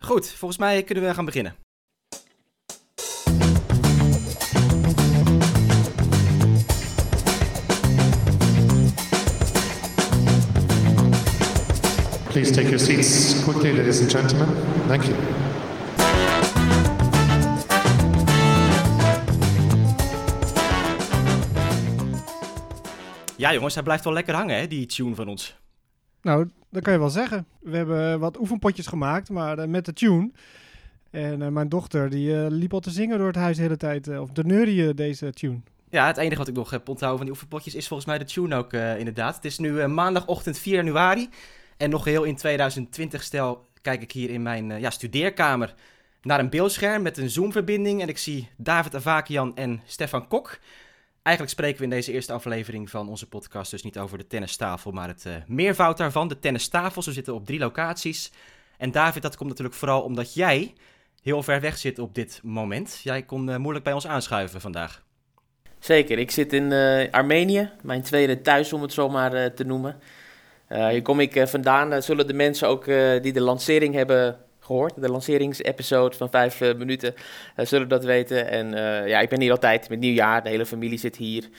Goed, volgens mij kunnen we gaan beginnen. Please take your seats quickly, ladies and gentlemen. Thank you. Ja jongens, hij blijft wel lekker hangen hè, die tune van ons. Nou, dat kan je wel zeggen. We hebben wat oefenpotjes gemaakt, maar met de tune. En mijn dochter die liep al te zingen door het huis de hele tijd. Of te neurieën deze tune. Ja, het enige wat ik nog heb onthouden van die oefenpotjes is volgens mij de tune ook inderdaad. Het is nu maandagochtend 4 januari. En nog geheel in 2020-stijl kijk ik hier in mijn studeerkamer naar een beeldscherm met een Zoom-verbinding. En ik zie David Avakian en Stefan Kok. Eigenlijk spreken we in deze eerste aflevering van onze podcast dus niet over de tennistafel, maar het meervoud daarvan, de tennistafels. We zitten op 3 locaties. En David, dat komt natuurlijk vooral omdat jij heel ver weg zit op dit moment. Jij kon moeilijk bij ons aanschuiven vandaag. Zeker, ik zit in Armenië, mijn tweede thuis om het zo maar te noemen. Hier kom ik vandaan. Zullen de mensen ook die de lancering hebben gehoord, de lanceringsepisode van 5 minuten, zullen dat weten. En ik ben hier altijd met nieuwjaar, de hele familie zit hier.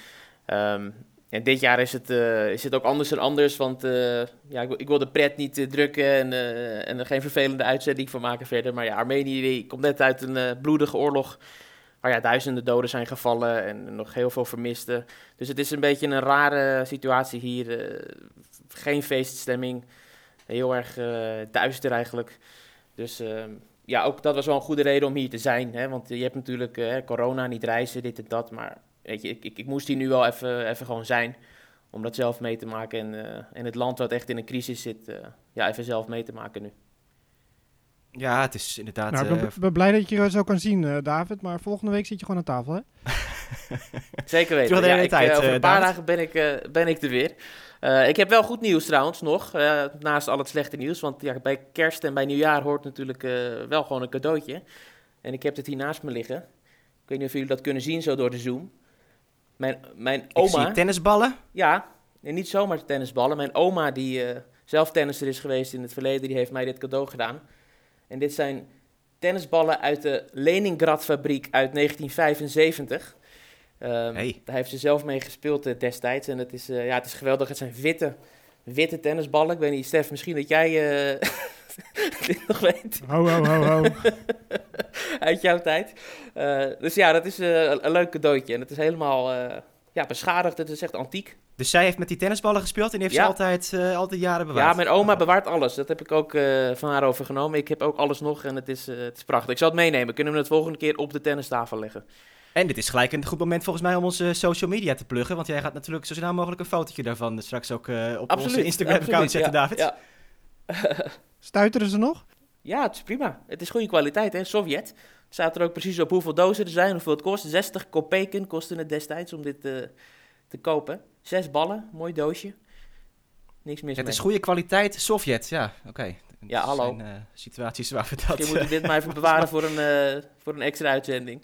En dit jaar is het ook anders dan anders, want ik wil de pret niet drukken en er geen vervelende uitzending van maken verder. Maar ja, Armenië die komt net uit een bloedige oorlog waar duizenden doden zijn gevallen en nog heel veel vermisten. Dus het is een beetje een rare situatie hier. Geen feeststemming, heel erg duister eigenlijk. Dus ook dat was wel een goede reden om hier te zijn. Hè? Want je hebt natuurlijk corona, niet reizen, dit en dat. Maar weet je, ik moest hier nu wel even gewoon zijn om dat zelf mee te maken. En het land wat echt in een crisis zit, even zelf mee te maken nu. Ja, het is inderdaad... Nou, ik ben blij dat je je zo kan zien, David. Maar volgende week zit je gewoon aan tafel, hè? Zeker weten. Over een paar dagen ben ik er weer. Ik heb wel goed nieuws trouwens nog, naast al het slechte nieuws. Want bij kerst en bij nieuwjaar hoort natuurlijk wel gewoon een cadeautje. En ik heb het hier naast me liggen. Ik weet niet of jullie dat kunnen zien zo door de Zoom. Mijn oma... Ik zie tennisballen. Ja, en niet zomaar tennisballen. Mijn oma die zelf tennisser is geweest in het verleden, die heeft mij dit cadeau gedaan. En dit zijn tennisballen uit de Leningrad-fabriek uit 1975. Daar heeft ze zelf mee gespeeld destijds. En het is geweldig. Het zijn witte tennisballen. Ik weet niet, Stef, misschien dat jij dit nog weet. Ho. Uit jouw tijd. Dus ja, dat is een leuk cadeautje. En het is helemaal beschadigd. Het is echt antiek. Dus zij heeft met die tennisballen gespeeld en die heeft ze altijd jaren bewaard? Ja, mijn oma bewaart alles. Dat heb ik ook van haar overgenomen. Ik heb ook alles nog en het is prachtig. Ik zal het meenemen. Kunnen we het volgende keer op de tennistafel leggen. En dit is gelijk een goed moment volgens mij om onze social media te pluggen. Want jij gaat natuurlijk zo snel mogelijk een fotootje daarvan straks ook op onze Instagram-account zetten, David. Ja. Stuiteren ze nog? Ja, het is prima. Het is goede kwaliteit, hè. Sovjet. Er staat er ook precies op hoeveel dozen er zijn, hoeveel het kost. 60 kopeken kostte het destijds om dit te kopen. 6 ballen, mooi doosje. Niks mis mee. Het is goede kwaliteit, Sovjet, ja, oké. Ja, hallo. Er zijn situaties waar we dat... Misschien moet ik dit maar even bewaren voor een extra uitzending.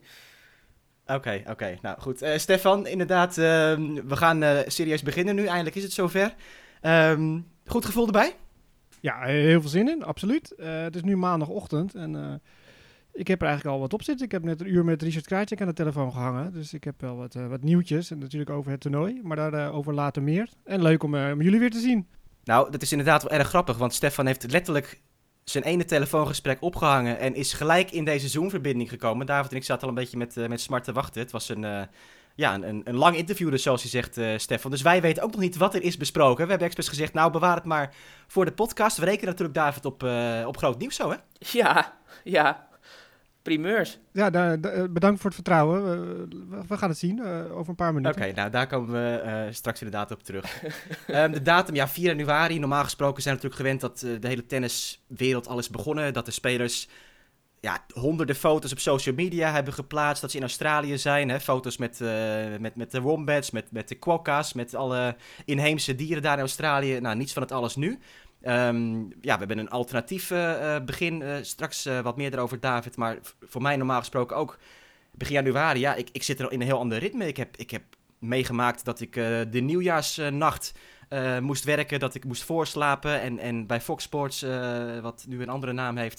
Oké. Nou goed. Stefan, inderdaad, we gaan serieus beginnen nu. Eindelijk is het zover. Goed gevoel erbij? Ja, heel veel zin in, absoluut. Het is nu maandagochtend en ik heb er eigenlijk al wat op zitten. Ik heb net een uur met Richard Krajcek aan de telefoon gehangen. Dus ik heb wel wat nieuwtjes en natuurlijk over het toernooi. Maar daarover later meer. En leuk om jullie weer te zien. Nou, dat is inderdaad wel erg grappig, want Stefan heeft letterlijk zijn ene telefoongesprek opgehangen en is gelijk in deze Zoom-verbinding gekomen. David en ik zaten al een beetje met smart te wachten. Het was een lang interview, dus zoals je zegt, Stefan. Dus wij weten ook nog niet wat er is besproken. We hebben expres gezegd, nou, bewaar het maar voor de podcast. We rekenen natuurlijk, David, op groot nieuws zo, hè? Ja. Primeurs. Ja, bedankt voor het vertrouwen. We gaan het zien over een paar minuten. Oké, nou daar komen we straks inderdaad op terug. De datum, 4 januari. Normaal gesproken zijn we natuurlijk gewend dat de hele tenniswereld al is begonnen. Dat de spelers honderden foto's op social media hebben geplaatst. Dat ze in Australië zijn. Hè? Foto's met de wombats, met de quokka's, met alle inheemse dieren daar in Australië. Nou, niets van het alles nu. We hebben een alternatief begin. Straks wat meer erover, David. Maar voor mij normaal gesproken ook begin januari. Ja, ik zit er al in een heel ander ritme. Ik heb meegemaakt dat ik de nieuwjaarsnacht moest werken. Dat ik moest voorslapen. En bij Fox Sports, wat nu een andere naam heeft,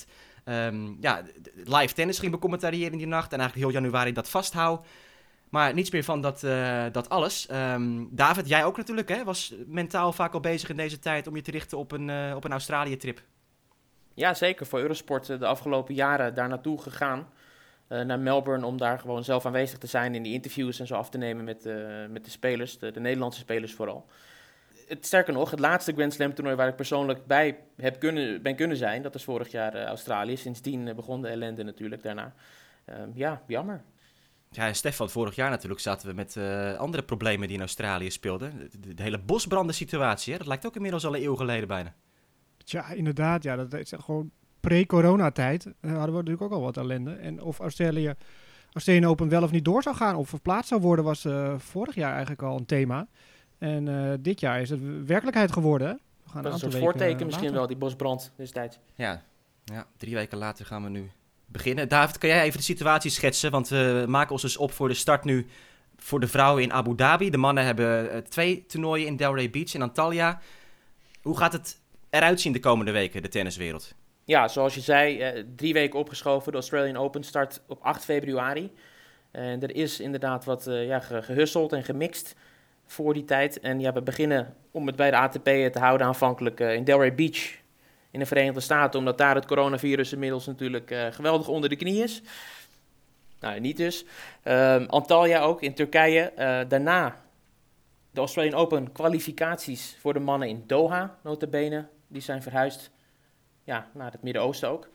Live tennis ging becommentariëren die nacht. En eigenlijk heel januari dat vasthoud. Maar niets meer van dat alles. David, jij ook natuurlijk, hè? Was mentaal vaak al bezig in deze tijd om je te richten op een Australië-trip. Ja, zeker. Voor Eurosport de afgelopen jaren daar naartoe gegaan. Naar Melbourne om daar gewoon zelf aanwezig te zijn in die interviews en zo af te nemen met de spelers, de Nederlandse spelers vooral. Sterker nog, het laatste Grand Slam toernooi waar ik persoonlijk bij ben kunnen zijn, dat is vorig jaar Australië. Sindsdien begon de ellende natuurlijk daarna. Jammer. Ja, en Stefan, vorig jaar natuurlijk zaten we met andere problemen die in Australië speelden. De hele bosbranden situatie, hè? Dat lijkt ook inmiddels al een eeuw geleden bijna. Tja, inderdaad. Ja, dat is gewoon pre-coronatijd. Hadden we natuurlijk ook al wat ellende. En of Australian Open wel of niet door zou gaan of verplaatst zou worden, was vorig jaar eigenlijk al een thema. En dit jaar is het werkelijkheid geworden. Hè? We gaan Dat is een soort voorteken misschien wel, die bosbrand destijds. Ja, 3 weken later gaan we nu beginnen. David, kan jij even de situatie schetsen? Want we maken ons dus op voor de start nu voor de vrouwen in Abu Dhabi. De mannen hebben 2 toernooien in Delray Beach en Antalya. Hoe gaat het eruit zien de komende weken, de tenniswereld? Ja, zoals je zei, 3 weken opgeschoven. De Australian Open start op 8 februari. En er is inderdaad wat gehusseld en gemixt voor die tijd. En we beginnen om het bij de ATP te houden aanvankelijk in Delray Beach in de Verenigde Staten. Omdat daar het coronavirus inmiddels natuurlijk geweldig onder de knie is. Nou, niet dus. Antalya ook in Turkije. Daarna de Australian Open kwalificaties voor de mannen in Doha, nota bene. Die zijn verhuisd naar het Midden-Oosten ook.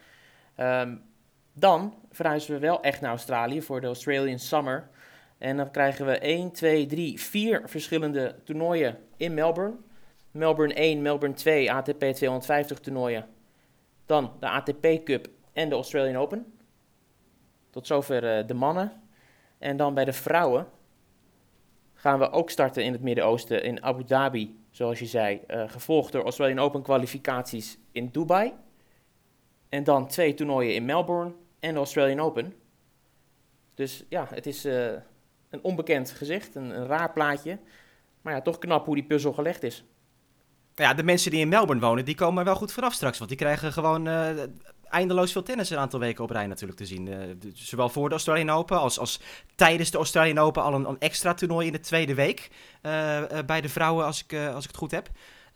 Dan verhuizen we wel echt naar Australië voor de Australian Summer. En dan krijgen we 1, 2, 3, 4 verschillende toernooien in Melbourne. Melbourne 1, Melbourne 2, ATP 250 toernooien. Dan de ATP Cup en de Australian Open. Tot zover de mannen. En dan bij de vrouwen gaan we ook starten in het Midden-Oosten in Abu Dhabi, zoals je zei. Gevolgd door Australian Open kwalificaties in Dubai. En dan 2 toernooien in Melbourne en de Australian Open. Dus het is een onbekend gezicht, een raar plaatje. Maar toch knap hoe die puzzel gelegd is. Ja, de mensen die in Melbourne wonen, die komen er wel goed vanaf straks. Want die krijgen gewoon eindeloos veel tennis een aantal weken op rij natuurlijk te zien. Zowel voor de Australian Open als tijdens de Australian Open al een extra toernooi in de tweede week. Bij de vrouwen, als ik het goed heb.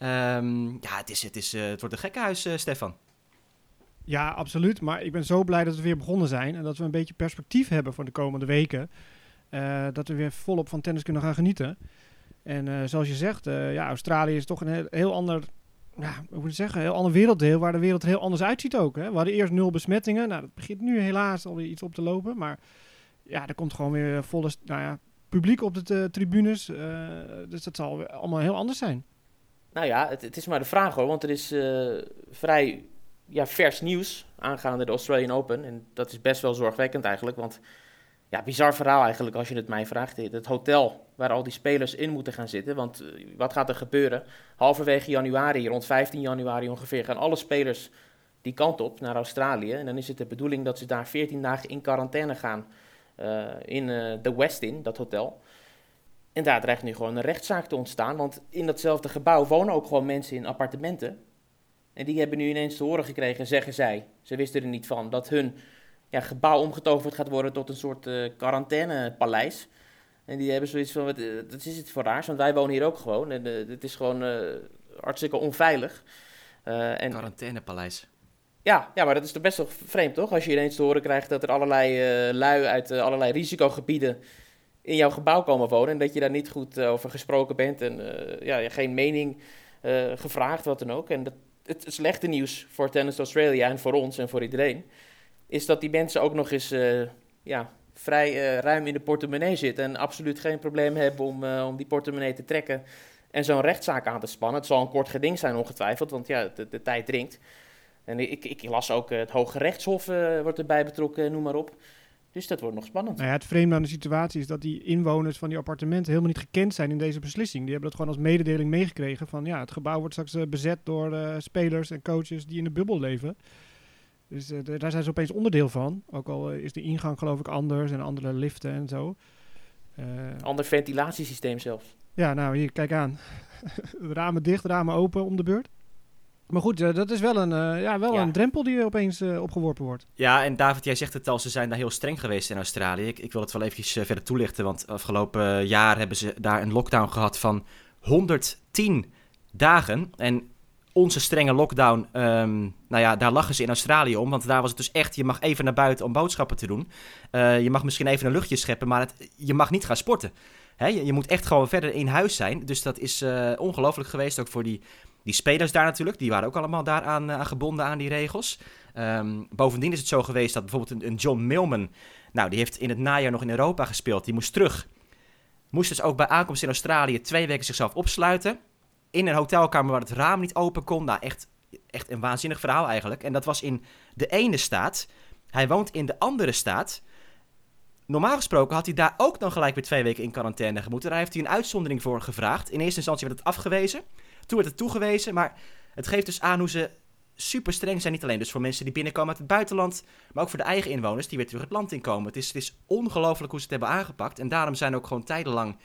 Het wordt een gekkenhuis, Stefan. Ja, absoluut. Maar ik ben zo blij dat we weer begonnen zijn. En dat we een beetje perspectief hebben voor de komende weken. Dat we weer volop van tennis kunnen gaan genieten. En zoals je zegt, Australië is toch een heel ander, heel ander werelddeel, waar de wereld er heel anders uitziet ook. Hè? We hadden eerst 0 besmettingen. Nou, dat begint nu helaas alweer iets op te lopen. Maar er komt gewoon weer volle publiek op de tribunes. Dus dat zal allemaal heel anders zijn. Nou ja, het is maar de vraag hoor, want er is vrij vers nieuws aangaande de Australian Open. En dat is best wel zorgwekkend eigenlijk, want bizar verhaal eigenlijk als je het mij vraagt. Het hotel waar al die spelers in moeten gaan zitten. Want wat gaat er gebeuren? Halverwege januari, rond 15 januari ongeveer, gaan alle spelers die kant op naar Australië. En dan is het de bedoeling dat ze daar 14 dagen in quarantaine gaan in de Westin, dat hotel. En daar dreigt nu gewoon een rechtszaak te ontstaan. Want in datzelfde gebouw wonen ook gewoon mensen in appartementen. En die hebben nu ineens te horen gekregen, zeggen zij, ze wisten er niet van, dat hun gebouw omgetoverd gaat worden tot een soort quarantainepaleis. En die hebben zoiets van, wat is het voor raars? Want wij wonen hier ook gewoon. En het is gewoon hartstikke onveilig. Quarantainepaleis. Ja, maar dat is toch best wel vreemd, toch? Als je ineens te horen krijgt dat er allerlei lui uit allerlei risicogebieden in jouw gebouw komen wonen. En dat je daar niet goed over gesproken bent. En geen mening gevraagd, wat dan ook. En het slechte nieuws voor Tennis Australia en voor ons en voor iedereen is dat die mensen ook nog eens vrij ruim in de portemonnee zitten en absoluut geen probleem hebben om die portemonnee te trekken en zo'n rechtszaak aan te spannen. Het zal een kort geding zijn ongetwijfeld, want de tijd dringt. En ik las ook het Hoge Rechtshof wordt erbij betrokken, noem maar op. Dus dat wordt nog spannend. Nou ja, het vreemde aan de situatie is dat die inwoners van die appartementen helemaal niet gekend zijn in deze beslissing. Die hebben dat gewoon als mededeling meegekregen van het gebouw wordt straks bezet door spelers en coaches die in de bubbel leven. Dus daar zijn ze opeens onderdeel van. Ook al is de ingang geloof ik anders en andere liften en zo. Ander ventilatiesysteem zelfs. Ja, nou hier, kijk aan. Ramen dicht, ramen open om de beurt. Maar goed, dat is wel een drempel die opeens opgeworpen wordt. Ja, en David, jij zegt het al, ze zijn daar heel streng geweest in Australië. Ik wil het wel eventjes verder toelichten, want afgelopen jaar hebben ze daar een lockdown gehad van 110 dagen. En onze strenge lockdown, daar lachen ze in Australië om, want daar was het dus echt, je mag even naar buiten om boodschappen te doen. Je mag misschien even een luchtje scheppen, maar je mag niet gaan sporten. Hè? Je moet echt gewoon verder in huis zijn, dus dat is ongelooflijk geweest, ook voor die spelers daar natuurlijk, die waren ook allemaal daaraan gebonden aan die regels. Bovendien is het zo geweest dat bijvoorbeeld een John Millman, nou die heeft in het najaar nog in Europa gespeeld, die moest terug. Moest dus ook bij aankomst in Australië 2 weken zichzelf opsluiten. In een hotelkamer waar het raam niet open kon. Nou, echt een waanzinnig verhaal eigenlijk. En dat was in de ene staat. Hij woont in de andere staat. Normaal gesproken had hij daar ook dan gelijk weer 2 weken in quarantaine gemoeten. Daar heeft hij een uitzondering voor gevraagd. In eerste instantie werd het afgewezen. Toen werd het toegewezen. Maar het geeft dus aan hoe ze super streng zijn. Niet alleen dus voor mensen die binnenkomen uit het buitenland. Maar ook voor de eigen inwoners die weer terug het land inkomen. Het is ongelooflijk hoe ze het hebben aangepakt. En daarom zijn ook gewoon tijdenlang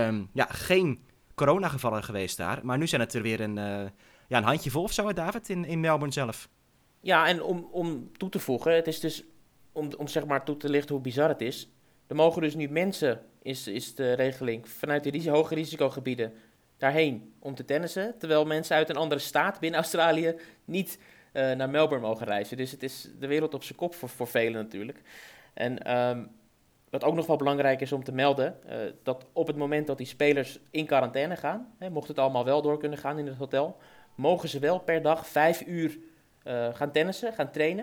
geen coronagevallen geweest daar. Maar nu zijn het er weer een handjevol of zo, hè, David, in Melbourne zelf. Ja, en om toe te voegen, het is dus om zeg maar toe te lichten hoe bizar het is. Er mogen dus nu mensen, is de regeling, vanuit die hoge risicogebieden daarheen om te tennissen. Terwijl mensen uit een andere staat binnen Australië niet naar Melbourne mogen reizen. Dus het is de wereld op zijn kop voor velen natuurlijk. En wat ook nog wel belangrijk is om te melden, dat op het moment dat die spelers in quarantaine gaan, mocht het allemaal wel door kunnen gaan in het hotel, mogen ze wel per dag 5 uur gaan tennissen, gaan trainen.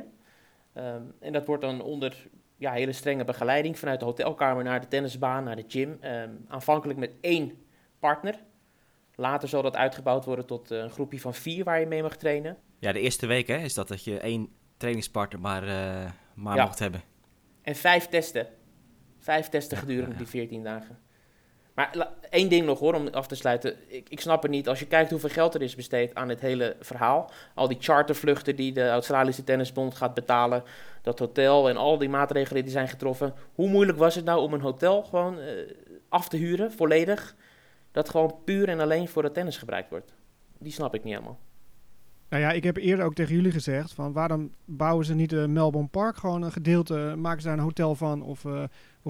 En dat wordt dan onder hele strenge begeleiding vanuit de hotelkamer naar de tennisbaan, naar de gym. Aanvankelijk met 1 partner. Later zal dat uitgebouwd worden tot een groepje van 4 waar je mee mag trainen. Ja, de eerste week is dat je 1 trainingspartner maar mocht hebben. En 5 testen. 5 testen gedurende die 14 dagen. Maar 1 ding nog hoor, om af te sluiten. Ik snap het niet. Als je kijkt hoeveel geld er is besteed aan het hele verhaal. Al die chartervluchten die de Australische Tennisbond gaat betalen. Dat hotel en al die maatregelen die zijn getroffen. Hoe moeilijk was het nou om een hotel gewoon af te huren, volledig. Dat gewoon puur en alleen voor het tennis gebruikt wordt. Die snap ik niet helemaal. Nou ja, ik heb eerder ook tegen jullie gezegd van waarom bouwen ze niet Melbourne Park gewoon een gedeelte, maken ze daar een hotel van of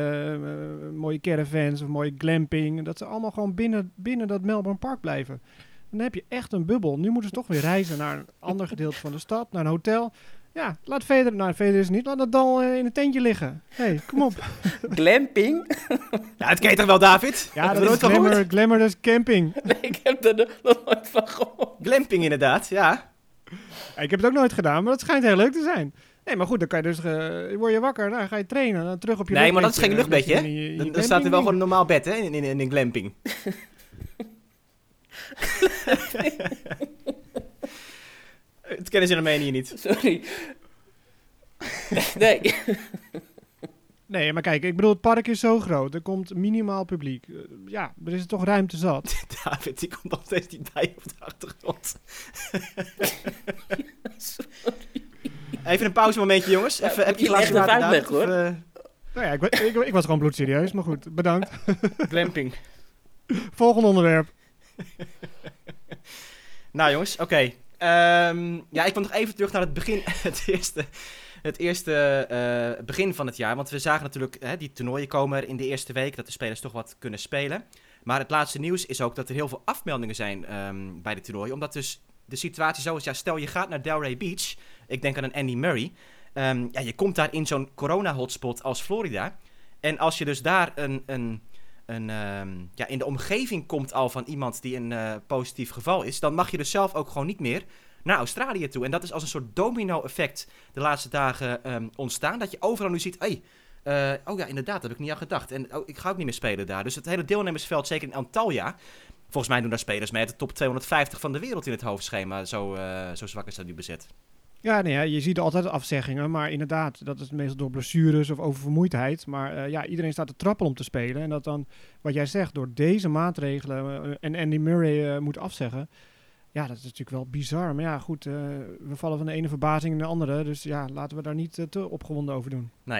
mooie caravans of mooie glamping. Dat ze allemaal gewoon binnen dat Melbourne Park blijven. Dan heb je echt een bubbel. Nu moeten ze toch weer reizen naar een ander gedeelte van de stad, naar een hotel. Ja, laat Federer is het niet, laat dat dal in een tentje liggen. Hey, kom op. Glamping? Ja, het ken je toch wel, David? Ja, dat is glamour, dat is camping. Nee, ik heb er nog nooit van gehoord. Glamping inderdaad, ja. Ik heb het ook nooit gedaan, maar dat schijnt heel leuk te zijn. Nee, maar goed, dan kan je dus, word je wakker, dan ga je trainen, dan terug op je Nee, maar dat is geen luchtbedje, hè? Dan staat er wel gewoon een normaal bed, hè, in een glamping. Het kennen ze in Armenië niet. Sorry. Nee. Nee, maar kijk, ik bedoel, het park is zo groot. Er komt minimaal publiek. Ja, er is toch ruimte zat. David, die komt nog steeds niet bij op de achtergrond. Even een pauzemomentje, jongens. Even heb je glaasje water, David? Hoor. Nou ja, ik was gewoon bloedserieus, maar goed, bedankt. Glamping. Volgende onderwerp. Nou jongens, oké. Ik wil nog even terug naar het begin, het eerste begin van het jaar. Want we zagen natuurlijk, die toernooien komen er in de eerste week, dat de spelers toch wat kunnen spelen. Maar het laatste nieuws is ook dat er heel veel afmeldingen zijn bij de toernooien. Omdat dus de situatie zo is, stel je gaat naar Delray Beach, ik denk aan een Andy Murray. Je komt daar in zo'n corona-hotspot als Florida. En als je dus daar in de omgeving komt al van iemand die een positief geval is, dan mag je dus zelf ook gewoon niet meer naar Australië toe. En dat is als een soort domino-effect de laatste dagen ontstaan. Dat je overal nu ziet, inderdaad, daar heb ik niet aan gedacht. En ik ga ook niet meer spelen daar. Dus het hele deelnemersveld, zeker in Antalya, volgens mij doen daar spelers mee uit de top 250 van de wereld in het hoofdschema. Zo zwak is dat nu bezet. Ja, nee, je ziet altijd afzeggingen, maar inderdaad, dat is meestal door blessures of oververmoeidheid. Maar iedereen staat te trappelen om te spelen. En dat dan, wat jij zegt, door deze maatregelen en Andy Murray moet afzeggen. Ja, dat is natuurlijk wel bizar. Maar ja, goed, we vallen van de ene verbazing in de andere. Dus ja, laten we daar niet te opgewonden over doen. Nee,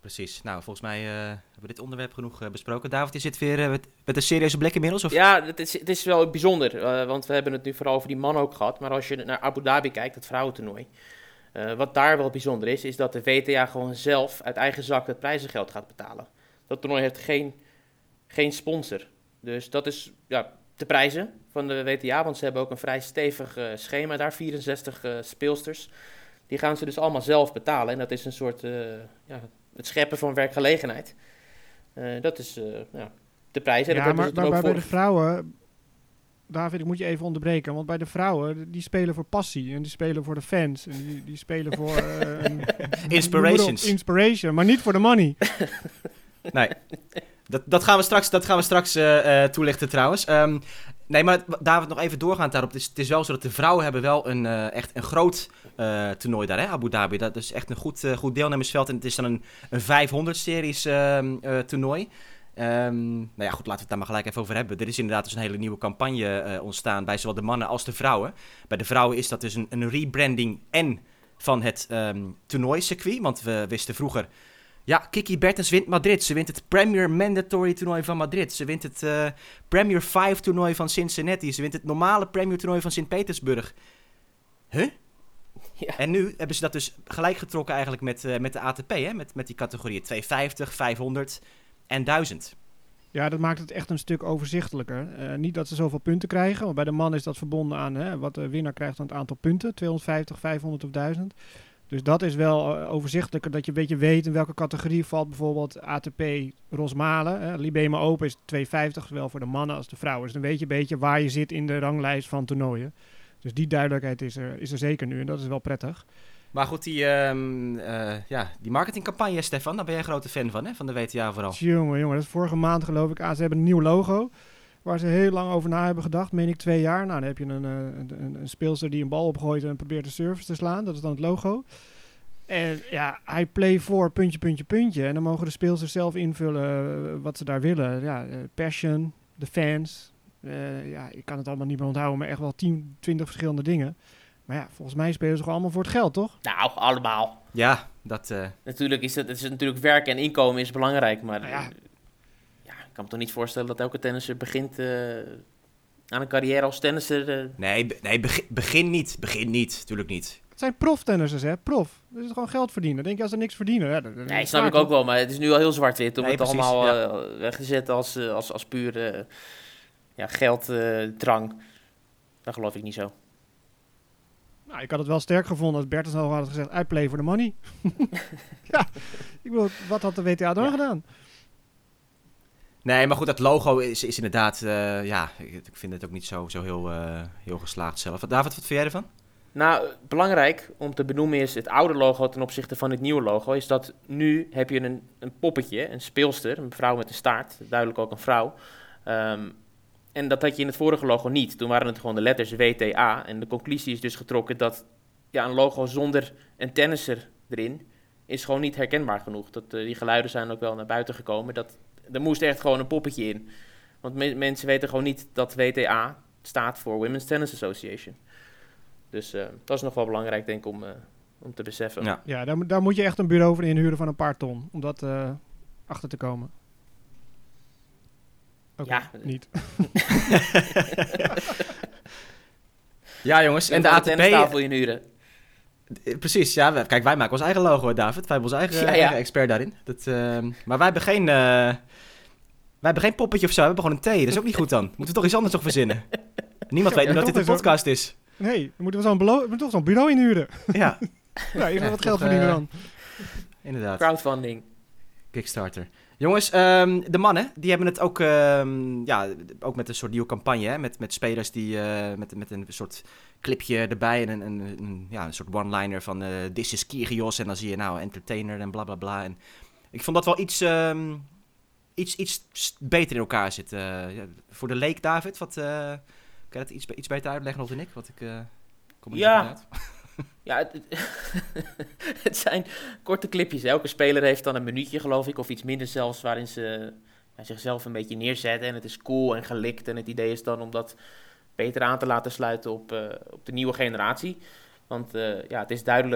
precies. Nou, volgens mij hebben we dit onderwerp genoeg besproken. David, je zit weer met een serieuze blik inmiddels? Of? Ja, het is wel bijzonder, want we hebben het nu vooral over die man ook gehad. Maar als je naar Abu Dhabi kijkt, het vrouwentoernooi, wat daar wel bijzonder is dat de WTA gewoon zelf uit eigen zak het prijzengeld gaat betalen. Dat toernooi heeft geen sponsor. Dus dat is de prijzen van de WTA, want ze hebben ook een vrij stevig schema daar, 64 speelsters. Die gaan ze dus allemaal zelf betalen en dat is een soort het scheppen van werkgelegenheid. Dat is de prijs. En Ja, dat maar hebben ze er ook bij voor. de vrouwen... David, ik moet je even onderbreken. Want bij de vrouwen, die spelen voor passie. En die spelen voor de fans. En die spelen voor... Inspirations. Inspiration, maar niet voor de money. Nee, dat gaan we straks toelichten trouwens. Nee, maar David, nog even doorgaand daarop. Het is wel zo dat de vrouwen hebben wel echt een groot toernooi daar, hè, Abu Dhabi. Dat is echt een goed deelnemersveld. En het is dan een 500-series toernooi. Nou ja, goed, laten we het daar maar gelijk even over hebben. Er is inderdaad dus een hele nieuwe campagne ontstaan bij zowel de mannen als de vrouwen. Bij de vrouwen is dat dus een rebranding van het toernooicircuit. Want we wisten vroeger... Ja, Kiki Bertens wint Madrid. Ze wint het Premier Mandatory toernooi van Madrid. Ze wint het Premier 5 toernooi van Cincinnati. Ze wint het normale Premier toernooi van Sint-Petersburg. Huh? Ja. En nu hebben ze dat dus gelijk getrokken eigenlijk met de ATP, hè? Met die categorieën 250, 500 en 1000. Ja, dat maakt het echt een stuk overzichtelijker. Niet dat ze zoveel punten krijgen. Want bij de man is dat verbonden aan wat de winnaar krijgt aan het aantal punten. 250, 500 of 1000. Dus dat is wel overzichtelijker, dat je een beetje weet in welke categorie valt bijvoorbeeld ATP Rosmalen. Libema Open is 250, zowel voor de mannen als de vrouwen. Dus dan weet je een beetje waar je zit in de ranglijst van toernooien. Dus die duidelijkheid is er zeker nu en dat is wel prettig. Maar goed, die marketingcampagne, Stefan, daar ben jij een grote fan van, hè? Van de WTA vooral. Jongen, dat is vorige maand geloof ik. Ze hebben een nieuw logo waar ze heel lang over na hebben gedacht. Meen ik 2 jaar. Nou, dan heb je een speelster die een bal opgooit en probeert de service te slaan. Dat is dan het logo. En ja, I play for ... En dan mogen de speelsters zelf invullen wat ze daar willen. Ja, passion, de fans. Ik kan het allemaal niet meer onthouden, maar echt wel 10, 20 verschillende dingen. Maar ja, volgens mij spelen ze gewoon allemaal voor het geld, toch? Nou, allemaal. Ja, dat... Natuurlijk is natuurlijk werk en inkomen is belangrijk, maar Nou ja. Ik kan me toch niet voorstellen dat elke tennisser begint aan een carrière als tennisser. Nee, begin niet, natuurlijk niet. Het zijn proftennissers, hè? Prof. Dat is gewoon geld verdienen. Denk je als ze niks verdienen? Ja, Nee, snap ik ook wel, maar het is nu al heel zwart-wit om Nee, het precies, allemaal weggezet als puur gelddrang. Dat geloof ik niet zo. Nou, ik had het wel sterk gevonden als Bertens al had gezegd, I play for the money. Ja, ik bedoel, wat had de WTA dan gedaan? Nee, maar goed, dat logo is inderdaad... ik vind het ook niet zo heel geslaagd zelf. David, wat vind jij ervan? Nou, belangrijk om te benoemen is het oude logo ten opzichte van het nieuwe logo. Is dat nu heb je een poppetje, een speelster, een vrouw met een staart. Duidelijk ook een vrouw. En dat had je in het vorige logo niet. Toen waren het gewoon de letters WTA. En de conclusie is dus getrokken dat een logo zonder een tennisser erin is gewoon niet herkenbaar genoeg. Die geluiden zijn ook wel naar buiten gekomen. Er moest echt gewoon een poppetje in. Want mensen weten gewoon niet dat WTA staat voor Women's Tennis Association. Dus dat is nog wel belangrijk, denk ik, om te beseffen. Ja, daar moet je echt een bureau voor inhuren van een paar ton. Om dat achter te komen. Ja. Niet. Ja, jongens. En de ATP... tennistafel inhuren. Precies, ja. Kijk, wij maken ons eigen logo, David. Wij hebben ons eigen expert daarin. Maar wij hebben geen poppetje of zo. We hebben gewoon een thee. Dat is ook niet goed dan. Moeten we toch iets anders nog verzinnen? Niemand weet nu dat dit een podcast is. Nee, dan moeten we zo'n bureau inhuren. Ja. Ja, even wat geld verdienen dan. Inderdaad. Crowdfunding. Kickstarter. Jongens, de mannen, die hebben het ook, ook met een soort nieuwe campagne, hè? Met spelers die met een soort clipje erbij en een soort one-liner van This is Kyrgios en dan zie je nou entertainer en bla bla bla. En ik vond dat wel iets beter in elkaar zitten. Voor de leek, David, kan je dat iets beter uitleggen nog dan ik? Want ik kom er niet uit. Ja, het zijn korte clipjes. Elke speler heeft dan een minuutje, geloof ik, of iets minder zelfs, waarin ze zichzelf een beetje neerzetten. En het is cool en gelikt. En het idee is dan om dat beter aan te laten sluiten op de nieuwe generatie. Want het is duidelijk,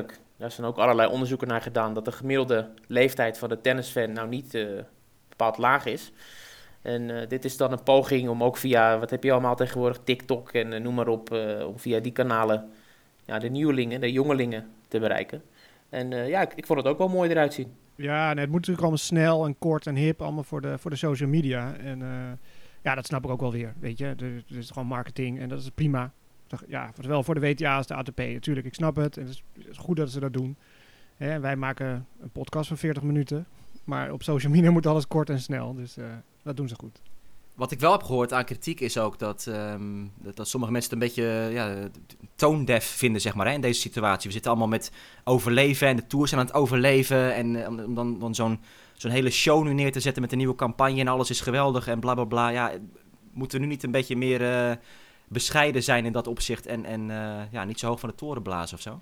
Daar zijn ook allerlei onderzoeken naar gedaan dat de gemiddelde leeftijd van de tennisfan nou niet bepaald laag is. En dit is dan een poging om ook via, wat heb je allemaal tegenwoordig, TikTok en noem maar op, om via die kanalen de nieuwelingen, de jongelingen te bereiken. En ik vond het ook wel mooi eruit zien. Ja, nee, het moet natuurlijk allemaal snel en kort en hip, allemaal voor de social media. En dat snap ik ook wel weer, weet je. Het is gewoon marketing en dat is prima. Ja, zowel voor de WTA als de ATP. Natuurlijk, ik snap het. En het is goed dat ze dat doen. Wij maken een podcast van 40 minuten. Maar op social media moet alles kort en snel. Dus dat doen ze goed. Wat ik wel heb gehoord aan kritiek is ook dat sommige mensen het een beetje tone-deaf vinden, zeg maar, in deze situatie. We zitten allemaal met overleven en de tours zijn aan het overleven. En om dan zo'n hele show nu neer te zetten met een nieuwe campagne en alles is geweldig en bla bla bla. Ja, moeten we nu niet een beetje meer bescheiden zijn in dat opzicht en niet zo hoog van de toren blazen of zo?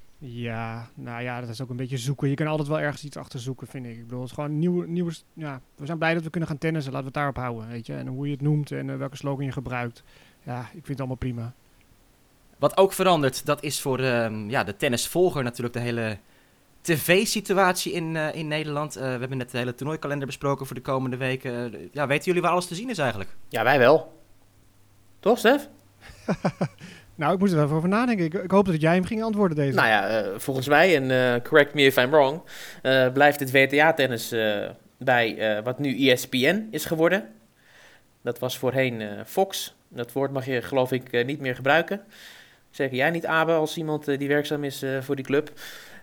Ja, nou ja, dat is ook een beetje zoeken. Je kan altijd wel ergens iets achter zoeken, vind ik. Ik bedoel, het is gewoon nieuwe. Ja, we zijn blij dat we kunnen gaan tennissen. Laten we het daarop houden, weet je. En hoe je het noemt en welke slogan je gebruikt. Ja, ik vind het allemaal prima. Wat ook verandert, dat is voor de tennisvolger natuurlijk de hele tv-situatie in Nederland. We hebben net de hele toernooikalender besproken voor de komende weken. Weten jullie waar alles te zien is eigenlijk? Ja, wij wel. Toch, Stef? Nou, ik moest er wel even over nadenken. Ik hoop dat jij hem ging antwoorden deze. Nou ja, volgens mij, en correct me if I'm wrong, blijft het WTA-tennis bij wat nu ESPN is geworden. Dat was voorheen Fox. Dat woord mag je, geloof ik, niet meer gebruiken. Zeg jij niet, Abe, als iemand die werkzaam is voor die club.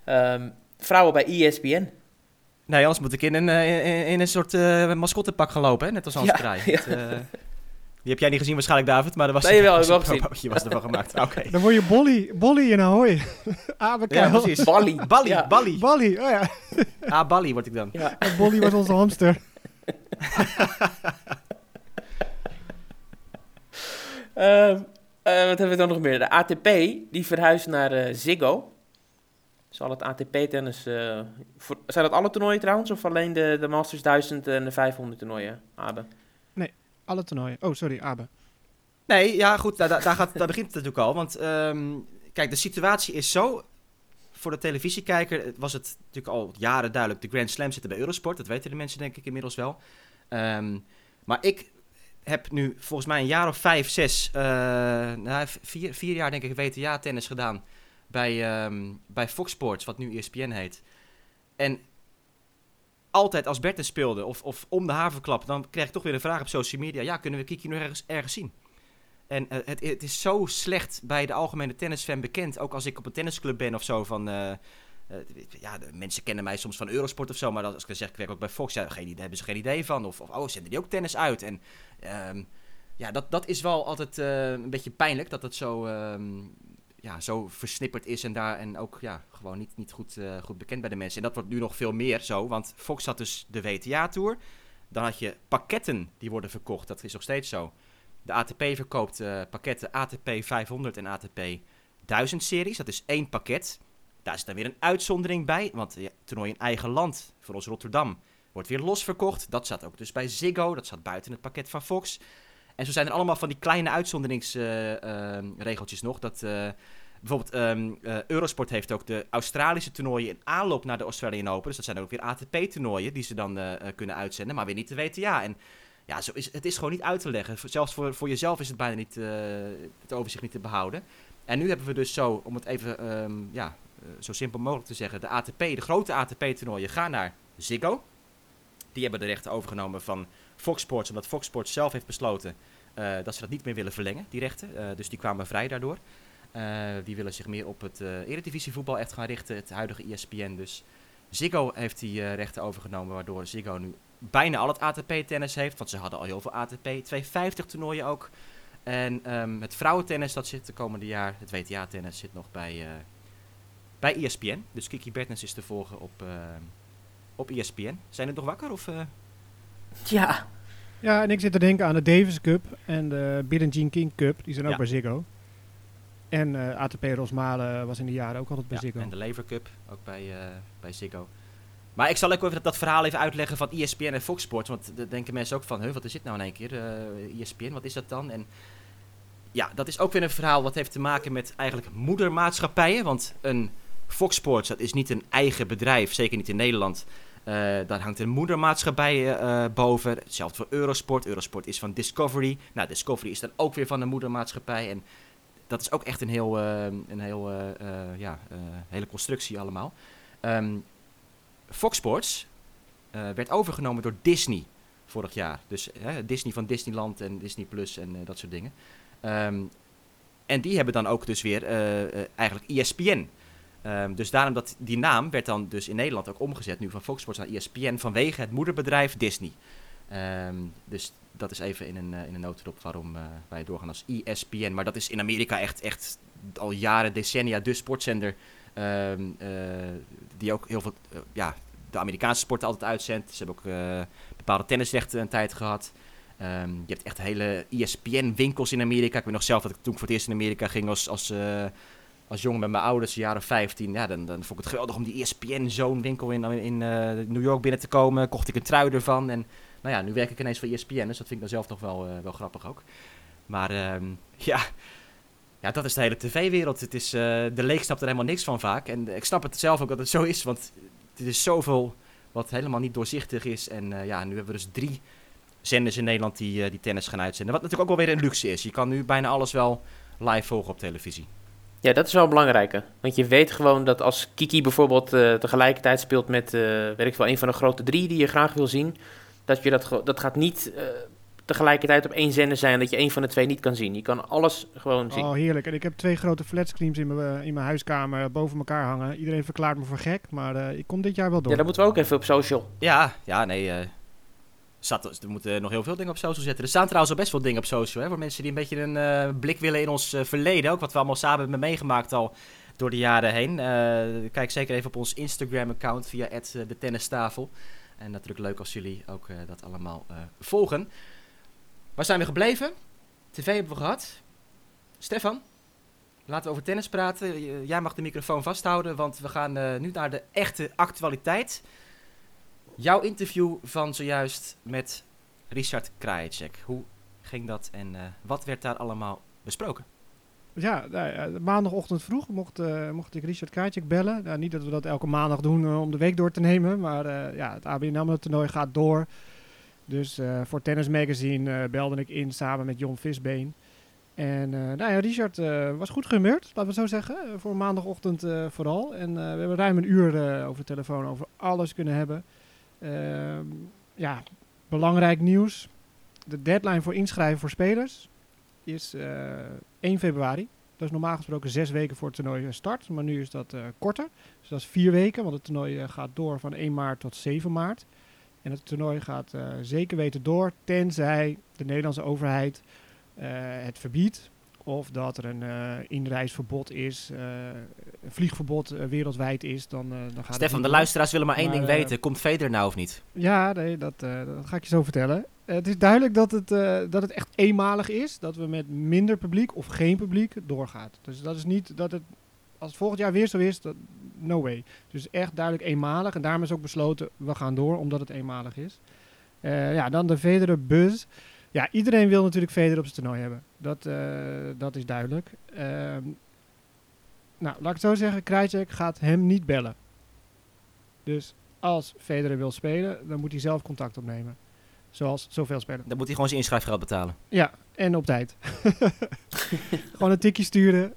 Vrouwen bij ESPN. Nee, anders moet ik in een soort mascottepak gaan lopen, hè? Net als Hans Kraai. Ja. Die heb jij niet gezien waarschijnlijk, David, maar er was nee, wel, ik wel gezien. Je was ervan gemaakt. Okay. Dan word je Bolly in Ahoy. Ja, precies. Ballie, ja. Ballie, oh ja. Ballie word ik dan. Ja. En Bolly was onze hamster. Wat hebben we dan nog meer? De ATP, die verhuist naar Ziggo. Zal het ATP-tennis... zijn dat alle toernooien trouwens? Of alleen de Masters 1000 en de 500 toernooien, Abe? Nee, alle toernooien. Oh, sorry, Abe. Nee, ja goed, daar begint het natuurlijk al. Want kijk, de situatie is zo... Voor de televisiekijker was het natuurlijk al jaren duidelijk... de Grand Slam zitten bij Eurosport. Dat weten de mensen denk ik inmiddels wel. Maar ik heb nu volgens mij een jaar of 5, 6... 4 jaar denk ik WTA-tennis gedaan... bij Fox Sports, wat nu ESPN heet. En altijd als Bertens speelde, of om de haverklap... dan kreeg ik toch weer een vraag op social media... ja, kunnen we Kiki nog ergens zien? En het is zo slecht bij de algemene tennisfan bekend. Ook als ik op een tennisclub ben of zo van... de mensen kennen mij soms van Eurosport of zo... maar als ik dan zeg, ik werk ook bij Fox... ja, daar hebben ze geen idee van. Of zenden die ook tennis uit? En dat is wel altijd een beetje pijnlijk... dat het zo versnipperd is en ook gewoon niet goed bekend bij de mensen. En dat wordt nu nog veel meer zo, want Fox had dus de WTA-tour. Dan had je pakketten die worden verkocht, dat is nog steeds zo. De ATP verkoopt pakketten ATP 500 en ATP 1000 series. Dat is 1 pakket. Daar zit dan weer een uitzondering bij, want het toernooi in eigen land, voor ons Rotterdam, wordt weer losverkocht. Dat zat ook dus bij Ziggo, dat zat buiten het pakket van Fox. En zo zijn er allemaal van die kleine uitzonderingsregeltjes nog. Dat bijvoorbeeld Eurosport heeft ook de Australische toernooien in aanloop naar de Australian Open. Dus dat zijn ook weer ATP-toernooien die ze dan kunnen uitzenden, maar weer niet de WTA. En ja, het is gewoon niet uit te leggen. Zelfs voor jezelf is het bijna niet het overzicht niet te behouden. En nu hebben we dus zo, om het even zo simpel mogelijk te zeggen, de grote ATP-toernooien gaan naar Ziggo. Die hebben de rechten overgenomen van Fox Sports, omdat Fox Sports zelf heeft besloten dat ze dat niet meer willen verlengen, die rechten. Dus die kwamen vrij daardoor. Die willen zich meer op het eredivisievoetbal echt gaan richten, het huidige ESPN. Dus Ziggo heeft die rechten overgenomen, waardoor Ziggo nu bijna al het ATP-tennis heeft. Want ze hadden al heel veel ATP 250 toernooien ook. En het vrouwentennis, dat zit de komende jaar, het WTA-tennis zit nog bij ESPN. Dus Kiki Bertens is te volgen op ESPN. Zijn het nog wakker? Of, Ja. Ja, en ik zit te denken aan de Davis Cup en de Billie Jean King Cup. Die zijn ook bij Ziggo. En ATP Rosmalen was in de jaren ook altijd bij Ziggo. En de Lever Cup ook bij Ziggo. Maar ik zal ook even dat verhaal even uitleggen van ESPN en Fox Sports. Want daar denken mensen ook van, wat is dit nou in één keer? ESPN, wat is dat dan? En ja, dat is ook weer een verhaal wat heeft te maken met eigenlijk moedermaatschappijen. Want een Fox Sports, dat is niet een eigen bedrijf, zeker niet in Nederland. Daar hangt een moedermaatschappij boven. Hetzelfde voor Eurosport. Eurosport is van Discovery. Nou, Discovery is dan ook weer van de moedermaatschappij. En dat is ook echt een hele constructie allemaal. Fox Sports werd overgenomen door Disney vorig jaar. Dus Disney van Disneyland en Disney Plus en dat soort dingen. En die hebben dan ook dus weer eigenlijk ESPN. Dus daarom dat die naam werd dan dus in Nederland ook omgezet nu van Fox Sports naar ESPN vanwege het moederbedrijf Disney. Dus dat is even in een notendop waarom wij doorgaan als ESPN. Maar dat is in Amerika echt al jaren, decennia de sportzender die ook heel veel de Amerikaanse sporten altijd uitzendt. Ze hebben ook bepaalde tennisrechten een tijd gehad. Je hebt echt hele ESPN-winkels in Amerika. Ik weet nog zelf dat ik toen voor het eerst in Amerika ging als jongen met mijn ouders, een jaar of 15. Ja, dan vond ik het geweldig om die ESPN-zo'n winkel in New York binnen te komen. Kocht ik een trui ervan. En nou ja, nu werk ik ineens voor ESPN, dus dat vind ik dan zelf nog wel grappig ook. Maar ja, dat is de hele tv-wereld. Het is, de leek snapt er helemaal niks van vaak. En ik snap het zelf ook dat het zo is, want het is zoveel wat helemaal niet doorzichtig is. En nu hebben we dus 3 zenders in Nederland die tennis gaan uitzenden. Wat natuurlijk ook wel weer een luxe is. Je kan nu bijna alles wel live volgen op televisie. Ja, dat is wel belangrijk. Want je weet gewoon dat als Kiki bijvoorbeeld tegelijkertijd speelt met een van de grote 3 die je graag wil zien, dat gaat niet tegelijkertijd op 1 zender zijn dat je 1 van de 2 niet kan zien. Je kan alles gewoon zien. Oh, heerlijk. En ik heb 2 grote flatscreens in mijn huiskamer boven elkaar hangen. Iedereen verklaart me voor gek, maar ik kom dit jaar wel door. Ja, dat moeten we ook even op social. Ja, nee. Er moeten nog heel veel dingen op social zetten. Er staan trouwens al best veel dingen op social, voor mensen die een beetje een blik willen in ons verleden. Ook wat we allemaal samen hebben meegemaakt al door de jaren heen. Kijk zeker even op ons Instagram-account via @detennistafel. En natuurlijk leuk als jullie ook dat allemaal volgen. Waar zijn we gebleven? TV hebben we gehad. Stefan, laten we over tennis praten. Jij mag de microfoon vasthouden, want we gaan nu naar de echte actualiteit. Jouw interview van zojuist met Richard Krajicek. Hoe ging dat en wat werd daar allemaal besproken? Ja, maandagochtend vroeg mocht ik Richard Krajicek bellen. Nou, niet dat we dat elke maandag doen om de week door te nemen, maar het ABN AMRO-toernooi gaat door. Dus voor Tennis Magazine belde ik in samen met Jon Visbeen. En Richard was goed gehumeurd, laten we het zo zeggen, voor maandagochtend vooral. En we hebben ruim een uur over de telefoon over alles kunnen hebben. Belangrijk nieuws. De deadline voor inschrijven voor spelers is 1 februari. Dat is normaal gesproken 6 weken voor het toernooi start. Maar nu is dat korter. Dus dat is 4 weken, want het toernooi gaat door van 1 maart tot 7 maart. En het toernooi gaat zeker weten door, tenzij de Nederlandse overheid het verbiedt. Of dat er een inreisverbod is, een vliegverbod wereldwijd is. Dan gaat Stefan, de luisteraars willen maar één ding weten. Komt Federer nou of niet? Ja, nee, dat ga ik je zo vertellen. Het is duidelijk dat het echt eenmalig is. Dat we met minder publiek of geen publiek doorgaan. Dus dat is niet dat het, als het volgend jaar weer zo is, no way. Dus echt duidelijk eenmalig. En daarom is ook besloten, we gaan door, omdat het eenmalig is. Dan de Federer buzz. Ja, iedereen wil natuurlijk Federer op zijn toernooi hebben. Dat is duidelijk. Laat ik het zo zeggen. Krajicek gaat hem niet bellen. Dus als Federer wil spelen, dan moet hij zelf contact opnemen. Zoals zoveel spelers. Dan moet hij gewoon zijn inschrijfgeld betalen. Ja, en op tijd. Gewoon een tikje sturen.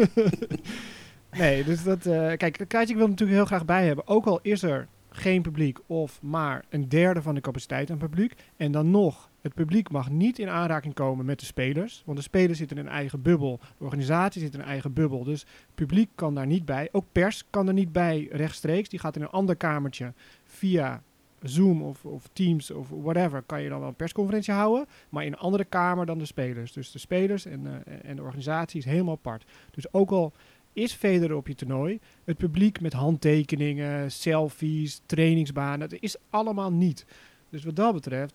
Nee, dus kijk, Krajicek wil natuurlijk heel graag bij hebben. Ook al is er geen publiek of maar een derde van de capaciteit aan publiek. En dan nog, het publiek mag niet in aanraking komen met de spelers. Want de spelers zitten in een eigen bubbel. De organisatie zit in een eigen bubbel. Dus publiek kan daar niet bij. Ook pers kan er niet bij rechtstreeks. Die gaat in een ander kamertje via Zoom of Teams of whatever. Kan je dan wel een persconferentie houden. Maar in een andere kamer dan de spelers. Dus de spelers en de organisatie is helemaal apart. Dus ook al is Federer op je toernooi, het publiek met handtekeningen, selfies, trainingsbanen, dat is allemaal niet. Dus wat dat betreft,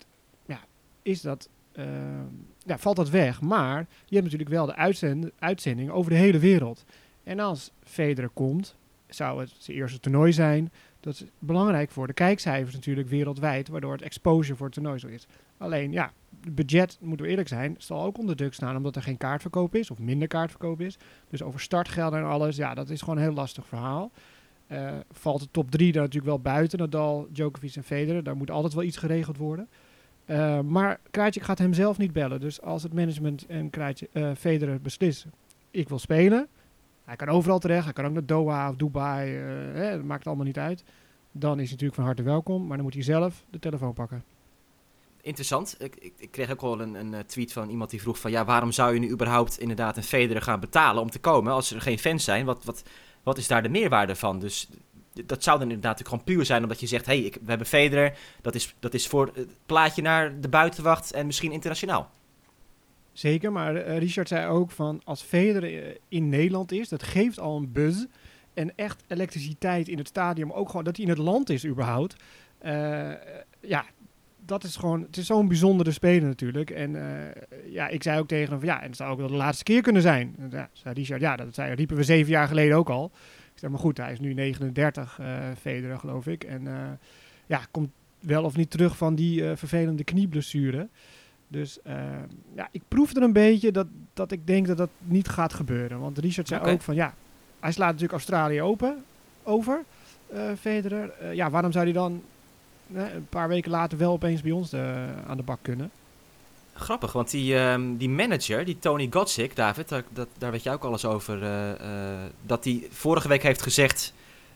valt dat weg. Maar je hebt natuurlijk wel de uitzending over de hele wereld. En als Federer komt, zou het zijn eerste toernooi zijn. Dat is belangrijk voor de kijkcijfers natuurlijk wereldwijd, waardoor het exposure voor het toernooi zo is. Alleen ja, het budget, moeten we eerlijk zijn, zal ook onder druk staan omdat er geen kaartverkoop is of minder kaartverkoop is. Dus over startgelden en alles, ja, dat is gewoon een heel lastig verhaal. Valt de top 3 daar natuurlijk wel buiten, Nadal, Djokovic en Federer. Daar moet altijd wel iets geregeld worden. Maar Krajicek gaat hem zelf niet bellen. Dus als het management en Federer beslissen, ik wil spelen. Hij kan overal terecht. Hij kan ook naar Doha of Dubai. Dat maakt allemaal niet uit. Dan is hij natuurlijk van harte welkom. Maar dan moet hij zelf de telefoon pakken. Interessant. Ik kreeg ook al een tweet van iemand die vroeg van... ja, waarom zou je nu überhaupt inderdaad een Federer gaan betalen om te komen... als er geen fans zijn? Wat is daar de meerwaarde van? Dus dat zou dan inderdaad gewoon puur zijn... omdat je zegt, we hebben Federer. Dat is voor het plaatje naar de buitenwacht en misschien internationaal. Zeker, maar Richard zei ook van... als Federer in Nederland is, dat geeft al een buzz... en echt elektriciteit in het stadion... ook gewoon dat hij in het land is überhaupt... dat is gewoon... Het is zo'n bijzondere speler natuurlijk. En ik zei ook tegen hem van... ja, en het zou ook wel de laatste keer kunnen zijn. En, zei Richard, riepen we 7 jaar geleden ook al. Ik zeg, maar goed, hij is nu 39, Federer geloof ik. En komt wel of niet terug van die vervelende knieblessure. Dus ik proef er een beetje dat ik denk dat dat niet gaat gebeuren. Want Richard zei ook van hij slaat natuurlijk Australië over, Federer. Waarom zou hij dan een paar weken later wel opeens bij ons aan de bak kunnen? Grappig, want die manager, die Tony Godsick, David, daar weet je ook alles over. Dat hij vorige week heeft gezegd,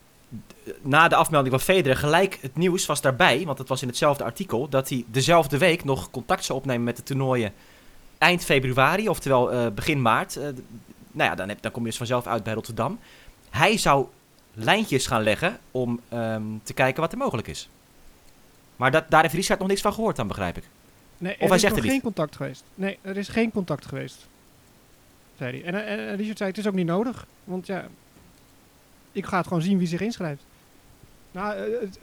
na de afmelding van Federer, gelijk het nieuws was daarbij, want het was in hetzelfde artikel, dat hij dezelfde week nog contact zou opnemen met de toernooien eind februari, oftewel begin maart. Dan kom je dus vanzelf uit bij Rotterdam. Hij zou lijntjes gaan leggen om te kijken wat er mogelijk is. Maar daar heeft Richard nog niks van gehoord dan, begrijp ik. Nee, er is nog geen contact geweest. Nee, er is geen contact geweest, zei hij. En Richard zei, het is ook niet nodig. Want ik ga het gewoon zien wie zich inschrijft. Nou,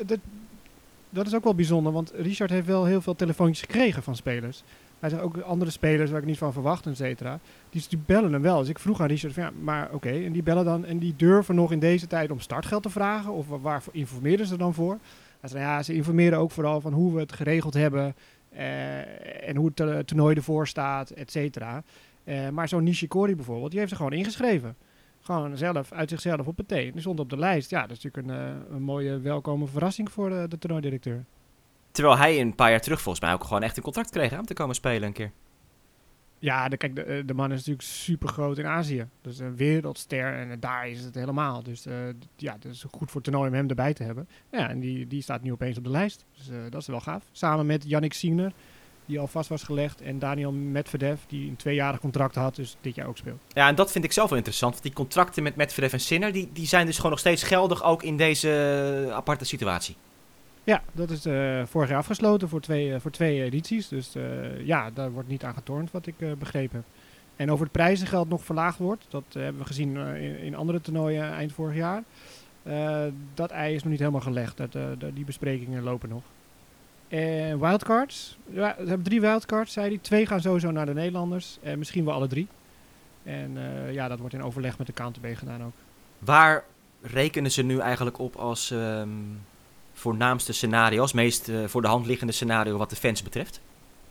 dat is ook wel bijzonder, want Richard heeft wel heel veel telefoontjes gekregen van spelers. Hij zegt ook andere spelers waar ik niet van verwacht, et cetera. Die bellen hem wel. Dus ik vroeg aan Richard, maar oké, en die bellen dan en die durven nog in deze tijd om startgeld te vragen? Of waarvoor informeren ze dan voor? Hij zei, ze informeren ook vooral van hoe we het geregeld hebben en hoe het toernooi ervoor staat, et cetera. Maar zo'n Nishikori bijvoorbeeld, die heeft zich gewoon ingeschreven. Gewoon zelf, uit zichzelf op het thee. Die stond op de lijst. Ja, dat is natuurlijk een mooie welkome verrassing voor de toernooidirecteur. Terwijl hij een paar jaar terug volgens mij ook gewoon echt een contract kreeg om te komen spelen een keer. Ja, de man is natuurlijk super groot in Azië. Dus een wereldster en daar is het helemaal. Dus dat is goed voor het toernooi om hem erbij te hebben. Ja, en die staat nu opeens op de lijst. Dus dat is wel gaaf. Samen met Yannick Sinner, die al vast was gelegd. En Daniel Medvedev, die een 2-jarig contract had, dus dit jaar ook speelt. Ja, en dat vind ik zelf wel interessant. Want die contracten met Medvedev en Sinner, die zijn dus gewoon nog steeds geldig, ook in deze aparte situatie. Ja, dat is vorig jaar afgesloten voor twee edities. Dus daar wordt niet aan getornd, wat ik begrepen heb. En over het prijzengeld nog verlaagd wordt, dat hebben we gezien in andere toernooien eind vorig jaar. Dat ei is nog niet helemaal gelegd. Die besprekingen lopen nog. En wildcards. Ja, we hebben 3 wildcards, zei hij. 2 gaan sowieso naar de Nederlanders. Misschien wel alle 3. En dat wordt in overleg met de KNTB gedaan ook. Waar rekenen ze nu eigenlijk op als voornaamste scenario's, meest voor de hand liggende scenario wat de fans betreft?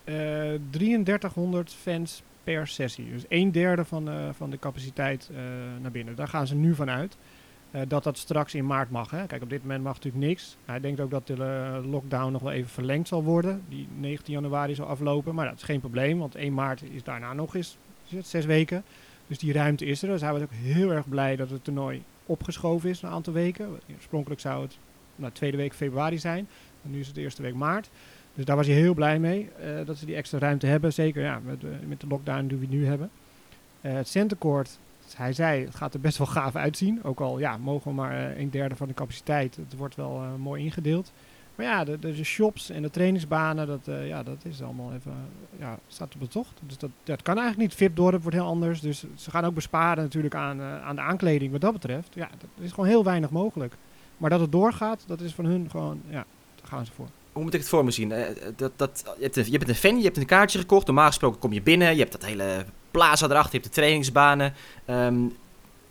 3300 fans per sessie. Dus 1/3 van de capaciteit naar binnen. Daar gaan ze nu van uit. Dat straks in maart mag. Hè. Kijk, op dit moment mag natuurlijk niks. Hij denkt ook dat de lockdown nog wel even verlengd zal worden. Die 19 januari zal aflopen. Maar dat is geen probleem, want 1 maart is daarna nog eens 6 weken. Dus die ruimte is er. Dus hij was ook heel erg blij dat het toernooi opgeschoven is een aantal weken. Oorspronkelijk zou het tweede week februari zijn. En nu is het de eerste week maart. Dus daar was hij heel blij mee. Dat ze die extra ruimte hebben. Zeker met de lockdown die we nu hebben. Het centercourt, hij zei, het gaat er best wel gaaf uitzien. Ook al mogen we maar 1/3 van de capaciteit. Het wordt wel mooi ingedeeld. Maar ja, de shops en de trainingsbanen, dat is allemaal even, staat op de tocht. Dus dat kan eigenlijk niet. VIP-dorp wordt heel anders. Dus ze gaan ook besparen natuurlijk aan de aankleding wat dat betreft. Ja, dat is gewoon heel weinig mogelijk. Maar dat het doorgaat, dat is van hun gewoon, daar gaan ze voor. Hoe moet ik het voor me zien? Je bent een fan, je hebt een kaartje gekocht. Normaal gesproken kom je binnen, je hebt dat hele plaza erachter, je hebt de trainingsbanen.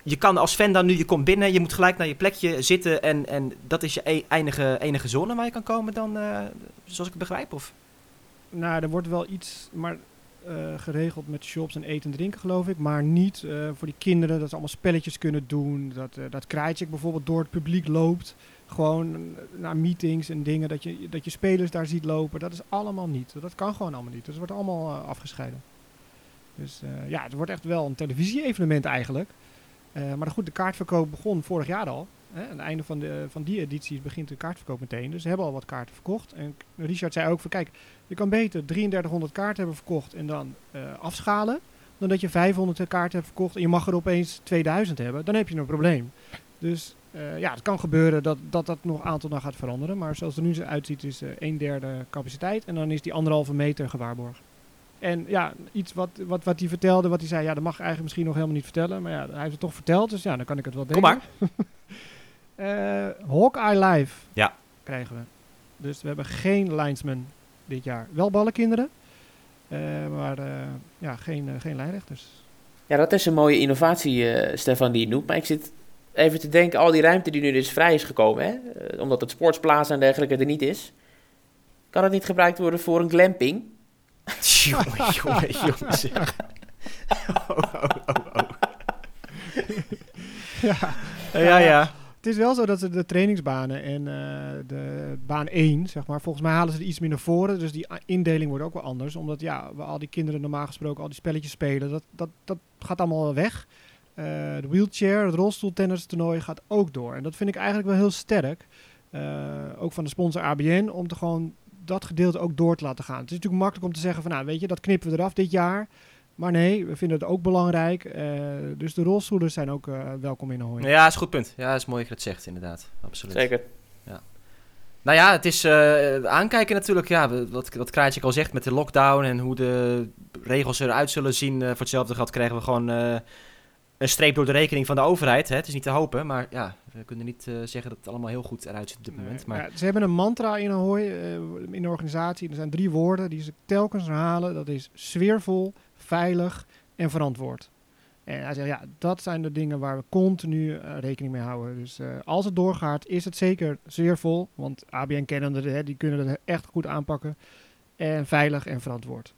je kan als fan dan nu, je komt binnen, je moet gelijk naar je plekje zitten en dat is je enige zone waar je kan komen dan, zoals ik het begrijp, of? Nou, er wordt wel iets geregeld met shops en eten en drinken, geloof ik. Maar niet voor die kinderen, dat ze allemaal spelletjes kunnen doen. Dat Krajicek bijvoorbeeld door het publiek loopt. Gewoon naar meetings en dingen, dat je spelers daar ziet lopen. Dat is allemaal niet. Dat kan gewoon allemaal niet. Dus het wordt allemaal afgescheiden. Dus het wordt echt wel een televisie-evenement eigenlijk. Maar goed, de kaartverkoop begon vorig jaar al. Aan het einde van die editie begint de kaartverkoop meteen. Dus ze hebben al wat kaarten verkocht. En Richard zei ook van kijk, je kan beter 3300 kaarten hebben verkocht en dan afschalen. Dan dat je 500 kaarten hebt verkocht en je mag er opeens 2000 hebben. Dan heb je een probleem. Dus het kan gebeuren dat nog aantal dan gaat veranderen. Maar zoals het er nu uitziet is 1/3 capaciteit. En dan is die 1,5 meter gewaarborgd. En ja, iets wat hij vertelde, wat hij zei, dat mag ik eigenlijk misschien nog helemaal niet vertellen. Maar ja, hij heeft het toch verteld, dus ja, dan kan ik het wel denken. Kom maar. Hawkeye Live krijgen we. Dus we hebben geen linesman dit jaar. Wel ballenkinderen, maar geen lijnrechters. Ja, dat is een mooie innovatie, Stefan, die je noemt. Maar ik zit even te denken, al die ruimte die nu dus vrij is gekomen, hè? Omdat het sportsplaza en dergelijke er niet is. Kan het niet gebruikt worden voor een glamping? Jongen, zeg. Ja. Het is wel zo dat ze de trainingsbanen en de baan 1, zeg maar, volgens mij halen ze er iets meer naar voren. Dus die indeling wordt ook wel anders. Omdat we al die kinderen normaal gesproken al die spelletjes spelen. Dat gaat allemaal weg. De wheelchair, het rolstoeltennis toernooi gaat ook door. En dat vind ik eigenlijk wel heel sterk. Ook van de sponsor ABN, om te gewoon dat gedeelte ook door te laten gaan. Het is natuurlijk makkelijk om te zeggen van, weet je, dat knippen we eraf dit jaar. Maar nee, we vinden het ook belangrijk. Dus de rolstoelers zijn ook welkom in Ahoy. Ja, dat is een goed punt. Ja, dat is mooi dat je dat zegt, inderdaad. Absoluut. Zeker. Ja. Nou ja, het is aankijken natuurlijk. Ja, wat Krajicek al zegt met de lockdown en hoe de regels eruit zullen zien. Voor hetzelfde geld krijgen we gewoon een streep door de rekening van de overheid. Hè? Het is niet te hopen, maar ja, we kunnen niet zeggen dat het allemaal heel goed eruit ziet op dit moment. Maar... Ja, ze hebben een mantra in Ahoy, in de organisatie. Er zijn 3 woorden die ze telkens herhalen. Dat is sfeervol, veilig en verantwoord. En hij zegt, dat zijn de dingen waar we continu rekening mee houden. Dus als het doorgaat, is het zeker sfeervol. Want ABN kennende, die kunnen het echt goed aanpakken. En veilig en verantwoord.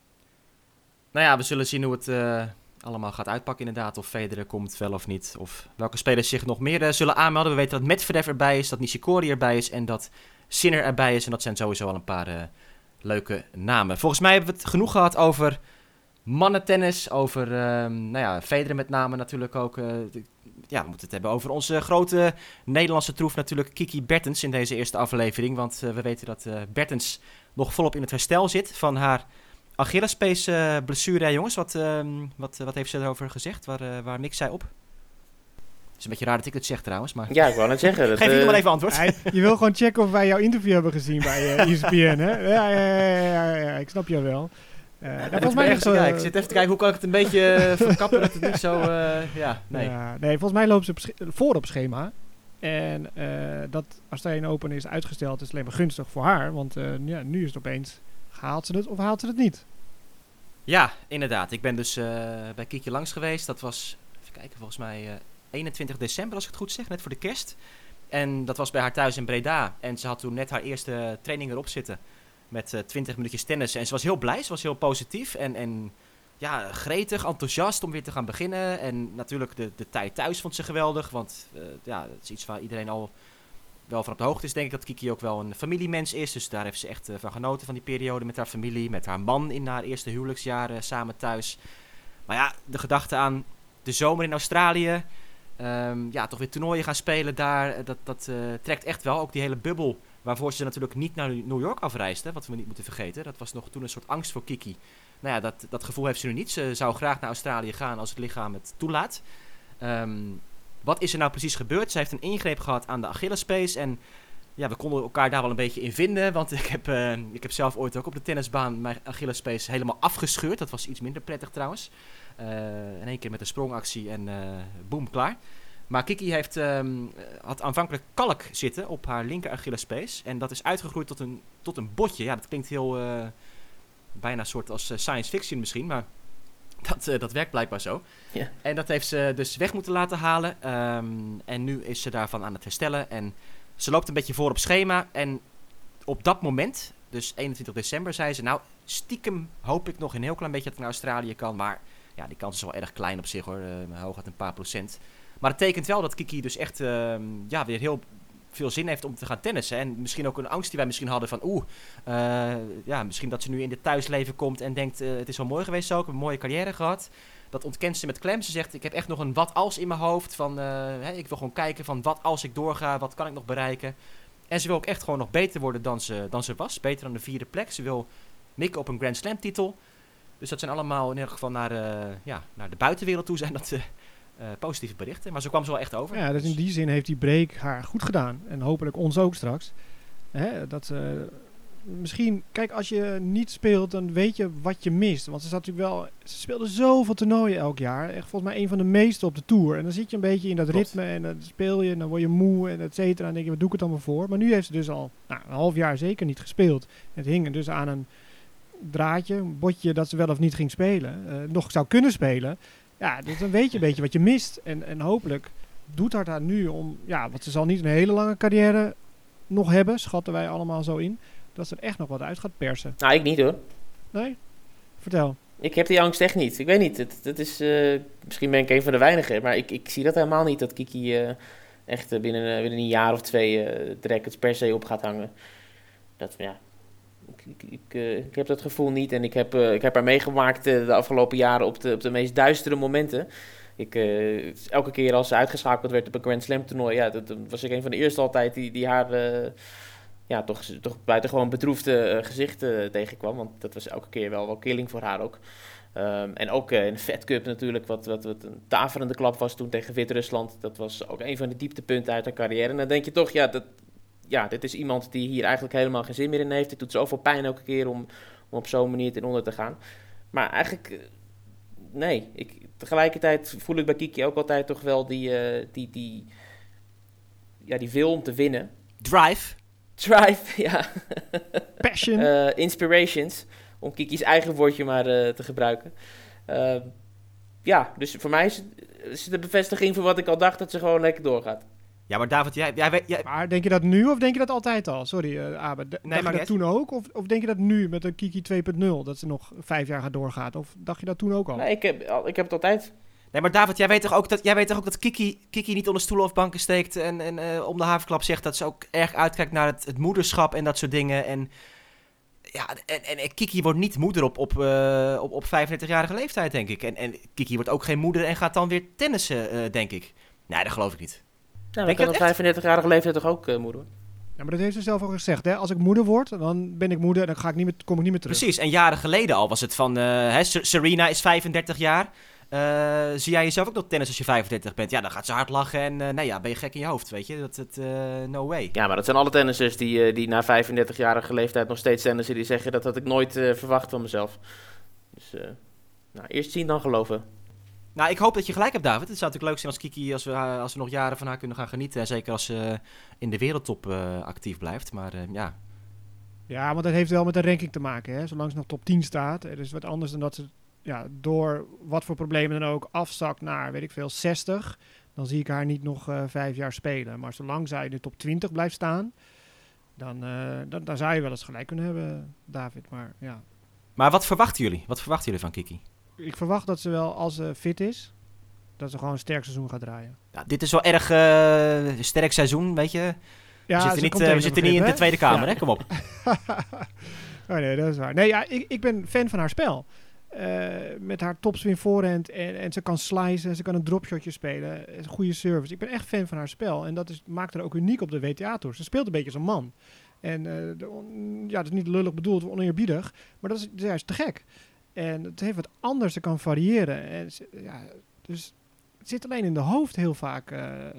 Nou ja, we zullen zien hoe het allemaal gaat uitpakken inderdaad. Of Federer komt wel of niet. Of welke spelers zich nog meer zullen aanmelden. We weten dat Medvedev erbij is, dat Nishikori erbij is en dat Sinner erbij is. En dat zijn sowieso al een paar leuke namen. Volgens mij hebben we het genoeg gehad over mannentennis. Over Federer met name natuurlijk ook. We moeten het hebben over onze grote Nederlandse troef natuurlijk. Kiki Bertens in deze eerste aflevering. Want we weten dat Bertens nog volop in het herstel zit van haar Achillespees blessure, jongens. Wat heeft ze erover gezegd? Waar mikt zij op? Het is een beetje raar dat ik het zeg trouwens, maar... Ja, ik wou net zeggen. Geef jullie maar even antwoord. Je wil gewoon checken of wij jouw interview hebben gezien bij ESPN, hè? Ja, ik snap je wel. Volgens mij ik zit even te kijken hoe kan ik het een beetje verkappen dat het niet zo... nee, volgens mij loopt ze voor op schema. En dat Australian Open is uitgesteld is alleen maar gunstig voor haar. Want nu is het opeens... Haalt ze het of haalt ze het niet? Ja, inderdaad. Ik ben dus bij Kiki langs geweest. Dat was, even kijken, volgens mij 21 december als ik het goed zeg. Net voor de kerst. En dat was bij haar thuis in Breda. En ze had toen net haar eerste training erop zitten. Met 20 minuutjes tennis. En ze was heel blij. Ze was heel positief. En gretig, enthousiast om weer te gaan beginnen. En natuurlijk de tijd thuis vond ze geweldig. Want dat is iets waar iedereen al wel van op de hoogte is. Denk ik dat Kiki ook wel een familiemens is. Dus daar heeft ze echt van genoten van die periode met haar familie. Met haar man in haar eerste huwelijksjaren samen thuis. Maar ja, de gedachte aan de zomer in Australië. Toch weer toernooien gaan spelen daar. Dat trekt echt wel. Ook die hele bubbel waarvoor ze natuurlijk niet naar New York afreisde. Wat we niet moeten vergeten. Dat was nog toen een soort angst voor Kiki. Nou ja, dat gevoel heeft ze nu niet. Ze zou graag naar Australië gaan als het lichaam het toelaat. Wat is er nou precies gebeurd? Ze heeft een ingreep gehad aan de Achillespees. En ja, we konden elkaar daar wel een beetje in vinden. Want ik heb zelf ooit ook op de tennisbaan mijn Achillespees helemaal afgescheurd. Dat was iets minder prettig trouwens. In één keer met een sprongactie en boem, klaar. Maar Kiki had aanvankelijk kalk zitten op haar linker Achillespees. En dat is uitgegroeid tot een botje. Ja, dat klinkt heel bijna soort als science fiction misschien. Maar Dat werkt blijkbaar zo. Ja. En dat heeft ze dus weg moeten laten halen. En nu is ze daarvan aan het herstellen. En ze loopt een beetje voor op schema. En op dat moment, dus 21 december, zei ze... Nou, stiekem hoop ik nog een heel klein beetje dat ik naar Australië kan. Maar ja, die kans is wel erg klein op zich hoor. Hooguit een paar procent. Maar het tekent wel dat Kiki dus echt weer heel veel zin heeft om te gaan tennissen. En misschien ook een angst die wij misschien hadden van... misschien dat ze nu in het thuisleven komt en denkt... het is wel mooi geweest ook, een mooie carrière gehad. Dat ontkent ze met klem. Ze zegt, ik heb echt nog een wat als in mijn hoofd. Ik wil gewoon kijken van wat als ik doorga, wat kan ik nog bereiken. En ze wil ook echt gewoon nog beter worden dan ze was. Beter dan de 4e plek. Ze wil mikken op een Grand Slam titel. Dus dat zijn allemaal in ieder geval naar de buitenwereld toe zijn dat positieve berichten. Maar zo kwam ze wel echt over. Ja, dus in die zin heeft die break haar goed gedaan. En hopelijk ons ook straks. Misschien, kijk, als je niet speelt, dan weet je wat je mist. Want ze speelde zoveel toernooien elk jaar. Echt volgens mij een van de meeste op de Tour. En dan zit je een beetje in dat ritme en dan speel je en dan word je moe en et cetera. En dan denk je, wat doe ik het allemaal voor? Maar nu heeft ze dus al een half jaar zeker niet gespeeld. Het hing er dus aan een draadje, een botje dat ze wel of niet ging spelen. Nog zou kunnen spelen. Ja, dus dan weet je een beetje wat je mist. En hopelijk doet haar daar nu om... Ja, want ze zal niet een hele lange carrière nog hebben, schatten wij allemaal zo in. Dat ze er echt nog wat uit gaat persen. Nou, ik niet hoor. Nee? Vertel. Ik heb die angst echt niet. Ik weet niet. Dat is, misschien ben ik een van de weinigen. Maar ik zie dat helemaal niet. Dat Kiki echt binnen een jaar of 2 de rackets per se op gaat hangen. Dat, ja... Ik heb dat gevoel niet. En ik heb haar meegemaakt de afgelopen jaren op de meest duistere momenten. Elke keer als ze uitgeschakeld werd op een Grand Slam toernooi... Ja, dat was ik een van de eerste altijd die haar... toch buitengewoon bedroefde gezicht tegenkwam. Want dat was elke keer wel killing voor haar ook. En ook in de Fed Cup natuurlijk, wat een daverende klap was toen tegen Wit-Rusland. Dat was ook een van de dieptepunten uit haar carrière. En dan denk je toch, dit is iemand die hier eigenlijk helemaal geen zin meer in heeft. Het doet zoveel pijn elke keer om op zo'n manier ten onder te gaan. Maar eigenlijk, nee. Tegelijkertijd voel ik bij Kiki ook altijd toch wel die wil om te winnen. Drive, ja. Passion. Inspirations, om Kiki's eigen woordje maar te gebruiken. Dus voor mij is het de bevestiging van wat ik al dacht, dat ze gewoon lekker doorgaat. Ja, maar David, jij... Maar denk je dat nu of denk je dat altijd al? Sorry, Abe. Dacht je dat toen ook? Of denk je dat nu met een Kiki 2.0, dat ze nog 5 jaar gaat doorgaan? Of dacht je dat toen ook al? Nee, ik heb het altijd. Nee, maar David, jij weet toch ook dat Kiki niet onder stoelen of banken steekt en om de haverklap zegt dat ze ook erg uitkijkt naar het moederschap en dat soort dingen. En Kiki wordt niet moeder op 35-jarige leeftijd, denk ik. En Kiki wordt ook geen moeder en gaat dan weer tennissen, denk ik. Nee, dat geloof ik niet. Nou, dan kan op 35-jarige leeftijd toch ook moeder? Ja, maar dat heeft ze zelf al gezegd. Hè? Als ik moeder word, dan ben ik moeder en dan kom ik niet meer terug. Precies, en jaren geleden al was het van... Serena is 35 jaar. Zie jij jezelf ook nog tennis als je 35 bent? Ja, dan gaat ze hard lachen en ben je gek in je hoofd, weet je? No way. Ja, maar dat zijn alle tennissers die na 35-jarige leeftijd nog steeds tennissen. Die zeggen dat had ik nooit verwacht van mezelf. Dus eerst zien dan geloven. Nou, ik hoop dat je gelijk hebt, David. Het zou natuurlijk leuk zijn als Kiki, als we nog jaren van haar kunnen gaan genieten. En zeker als ze in de wereldtop actief blijft. Maar ja. Ja, want dat heeft wel met de ranking te maken. Hè? Zolang ze nog top 10 staat. Het is wat anders dan dat ze door wat voor problemen dan ook afzakt naar, weet ik veel, 60. Dan zie ik haar niet nog 5 jaar spelen. Maar zolang zij in de top 20 blijft staan, dan zou je wel eens gelijk kunnen hebben, David. Maar ja. Maar wat verwachten jullie? Wat verwachten jullie van Kiki? Ik verwacht dat ze wel, als ze fit is, dat ze gewoon een sterk seizoen gaat draaien. Ja, dit is wel erg sterk seizoen, weet je. Ja, we zitten niet in de Tweede Kamer, hè? Kom op. Oh nee, dat is waar. Nee, ja, ik ben fan van haar spel. Met haar topspin voorhand en ze kan slicen, ze kan een dropshotje spelen. Een goede service. Ik ben echt fan van haar spel. En dat maakt haar ook uniek op de WTA-tour. Ze speelt een beetje als een man. En dat is niet lullig bedoeld of oneerbiedig, maar dat is juist te gek. En het heeft wat anders, ze kan variëren. En dus het zit alleen in de hoofd heel vaak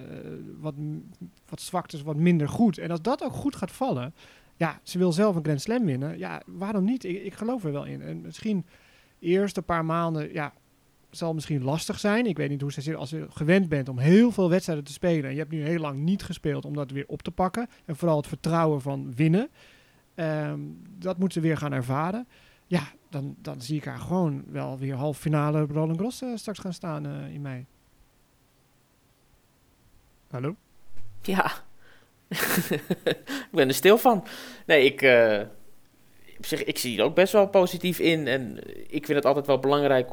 wat zwak is, wat minder goed. En als dat ook goed gaat vallen, ze wil zelf een Grand Slam winnen. Ja, waarom niet? Ik geloof er wel in. En misschien eerst een paar maanden, zal misschien lastig zijn. Ik weet niet hoe ze zit. Als je gewend bent om heel veel wedstrijden te spelen en je hebt nu heel lang niet gespeeld om dat weer op te pakken. En vooral het vertrouwen van winnen. Dat moet ze weer gaan ervaren. Ja, dan zie ik haar gewoon wel weer halve finale Roland Garros straks gaan staan in mei. Hallo? Ja. Ik ben er stil van. Nee, ik zie er ook best wel positief in. En ik vind het altijd wel belangrijk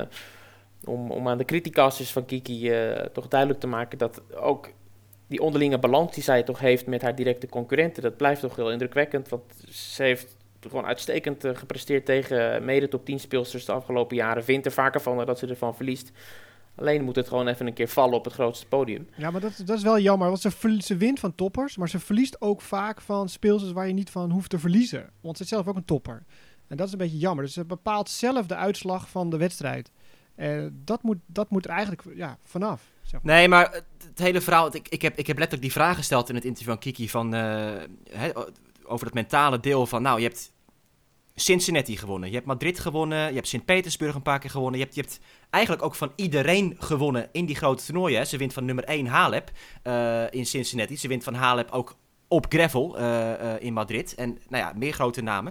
om aan de criticasters van Kiki toch duidelijk te maken dat ook die onderlinge balans die zij toch heeft met haar directe concurrenten, dat blijft toch heel indrukwekkend. Want ze heeft gewoon uitstekend gepresteerd tegen mede top 10 speelsters de afgelopen jaren. Vindt er vaker van dat ze ervan verliest. Alleen moet het gewoon even een keer vallen op het grootste podium. Ja, maar dat is wel jammer. Want ze wint van toppers, maar ze verliest ook vaak van speelsters waar je niet van hoeft te verliezen. Want ze is zelf ook een topper. En dat is een beetje jammer. Dus ze bepaalt zelf de uitslag van de wedstrijd. Dat moet er eigenlijk vanaf. Zeg maar. Nee, maar het hele verhaal... Ik heb letterlijk die vraag gesteld in het interview van Kiki over het mentale deel van... Nou, je hebt Cincinnati gewonnen, je hebt Madrid gewonnen, je hebt Sint-Petersburg een paar keer gewonnen. Je hebt eigenlijk ook van iedereen gewonnen in die grote toernooien. Hè. Ze wint van nummer 1 Halep in Cincinnati. Ze wint van Halep ook op gravel in Madrid. En nou ja, meer grote namen.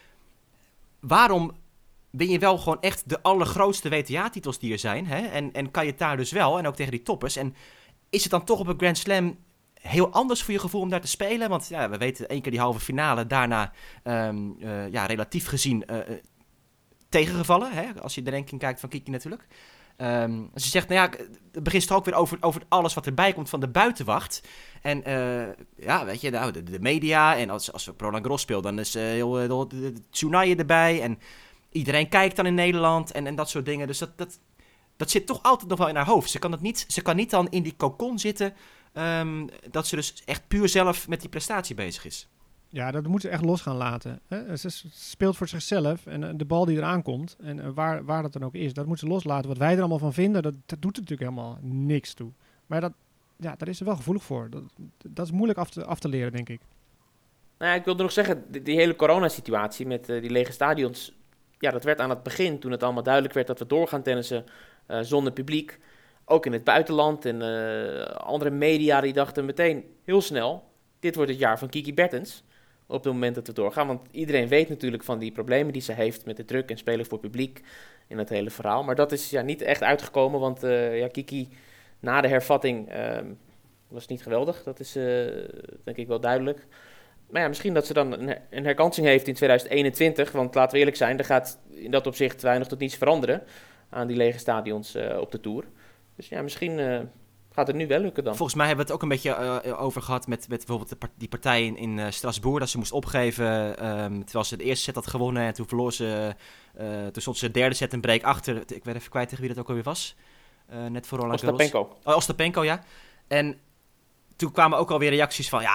Waarom ben je wel gewoon echt de allergrootste WTA-titels die er zijn? Hè? En kan je het daar dus wel, en ook tegen die toppers. En is het dan toch op een Grand Slam heel anders voor je gevoel om daar te spelen? Want ja, we weten 1 keer die halve finale, daarna relatief gezien tegengevallen. Hè? Als je de ranking kijkt van Kiki natuurlijk. Ze zegt, nou ja, het begint toch ook weer over alles wat erbij komt van de buitenwacht. En weet je, nou, de media. En als we Roland Garros spelen, dan is heel de tsunami erbij. En iedereen kijkt dan in Nederland en dat soort dingen. Dus dat zit toch altijd nog wel in haar hoofd. Ze kan niet dan in die cocon zitten. Dat ze dus echt puur zelf met die prestatie bezig is. Ja, dat moet ze echt los gaan laten. Hè? Ze speelt voor zichzelf en de bal die eraan komt en waar dat dan ook is, dat moet ze loslaten. Wat wij er allemaal van vinden, dat doet er natuurlijk helemaal niks toe. Maar daar is ze wel gevoelig voor. Dat is moeilijk af te leren, denk ik. Nou ja, ik wilde nog zeggen, die hele coronasituatie met die lege stadions, ja, dat werd aan het begin, toen het allemaal duidelijk werd dat we doorgaan tennissen zonder publiek, ook in het buitenland en andere media die dachten meteen heel snel, dit wordt het jaar van Kiki Bertens. Op het moment dat we doorgaan. Want iedereen weet natuurlijk van die problemen die ze heeft met de druk en spelen voor publiek in het hele verhaal. Maar dat is niet echt uitgekomen, want Kiki na de hervatting was niet geweldig. Dat is denk ik wel duidelijk. Maar ja, misschien dat ze dan een herkansing heeft in 2021. Want laten we eerlijk zijn, er gaat in dat opzicht weinig tot niets veranderen aan die lege stadions op de Tour. Dus ja, misschien gaat het nu wel lukken dan. Volgens mij hebben we het ook een beetje over gehad met bijvoorbeeld die partij in Strasbourg. Dat ze moest opgeven terwijl ze de eerste set had gewonnen. En toen verloor ze, toen stond ze de derde set een break achter. Ik werd even kwijt tegen wie dat ook alweer was. Net voor Roland Garros. Ostapenko. Ostapenko, ja. En toen kwamen ook alweer reacties van,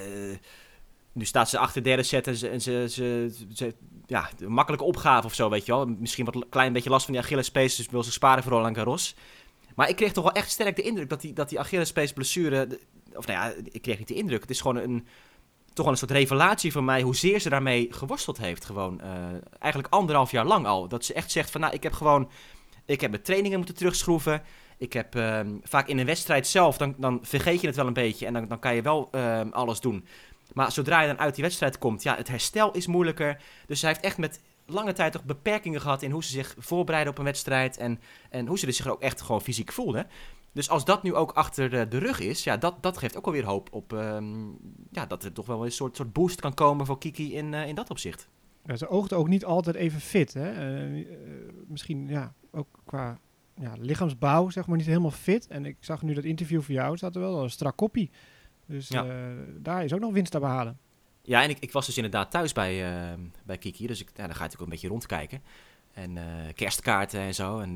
nu staat ze achter de derde set en ze een makkelijke opgave of zo, weet je wel. Misschien wat klein beetje last van die Achillespees, dus wil ze sparen voor Roland Garros. Maar ik kreeg toch wel echt sterk de indruk dat die Achillespees blessure, ik kreeg niet de indruk. Het is gewoon toch wel een soort revelatie voor mij hoezeer ze daarmee geworsteld heeft. Gewoon eigenlijk 1,5 jaar lang al. Dat ze echt zegt van, ik heb mijn trainingen moeten terugschroeven. Ik heb vaak in een wedstrijd zelf, dan vergeet je het wel een beetje en dan kan je wel alles doen. Maar zodra je dan uit die wedstrijd komt, het herstel is moeilijker. Dus zij heeft echt met lange tijd toch beperkingen gehad in hoe ze zich voorbereiden op een wedstrijd en hoe ze zich er ook echt gewoon fysiek voelde. Dus als dat nu ook achter de rug is, dat geeft ook alweer hoop op dat er toch wel een soort boost kan komen voor Kiki in dat opzicht. Ja, ze oogde ook niet altijd even fit. Hè? Misschien ook qua lichaamsbouw zeg maar niet helemaal fit. En ik zag nu dat interview van jou, staat er wel een strak koppie. Dus daar is ook nog winst te behalen. Ja, en ik was dus inderdaad thuis bij Kiki, dus daar ga je natuurlijk een beetje rondkijken. En kerstkaarten en zo. En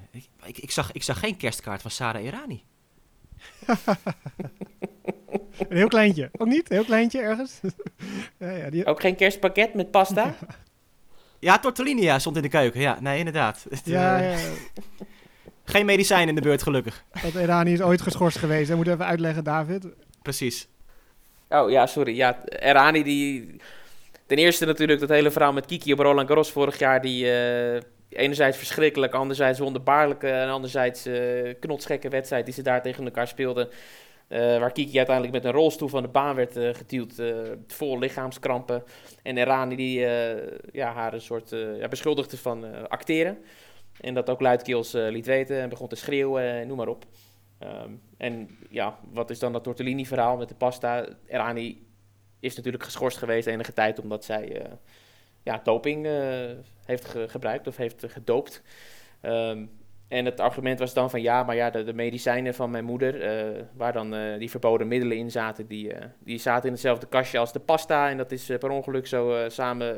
ik zag geen kerstkaart van Sara Errani. Een heel kleintje. Ook niet? Een heel kleintje ergens? Ook geen kerstpakket met pasta? Ja, tortellini stond in de keuken. Ja, nee, inderdaad. Geen medicijn in de beurt, gelukkig. Dat Errani is ooit geschorst geweest. Dat moet even uitleggen, David. Precies. Oh ja, sorry. Ja, Errani die... Ten eerste natuurlijk dat hele verhaal met Kiki op Roland Garros vorig jaar. Die enerzijds verschrikkelijk, anderzijds wonderbaarlijke en anderzijds knotsgekke wedstrijd die ze daar tegen elkaar speelden. Waar Kiki uiteindelijk met een rolstoel van de baan werd geduwd, vol lichaamskrampen. En Errani die haar een soort beschuldigde van acteren. En dat ook luidkeels liet weten en begon te schreeuwen, noem maar op. En ja, wat is dan dat tortellini-verhaal met de pasta? Errani is natuurlijk geschorst geweest enige tijd omdat zij doping heeft gebruikt of heeft gedoopt. En het argument was dan van de medicijnen van mijn moeder, waar dan die verboden middelen in zaten, die zaten in hetzelfde kastje als de pasta. En dat is per ongeluk zo samen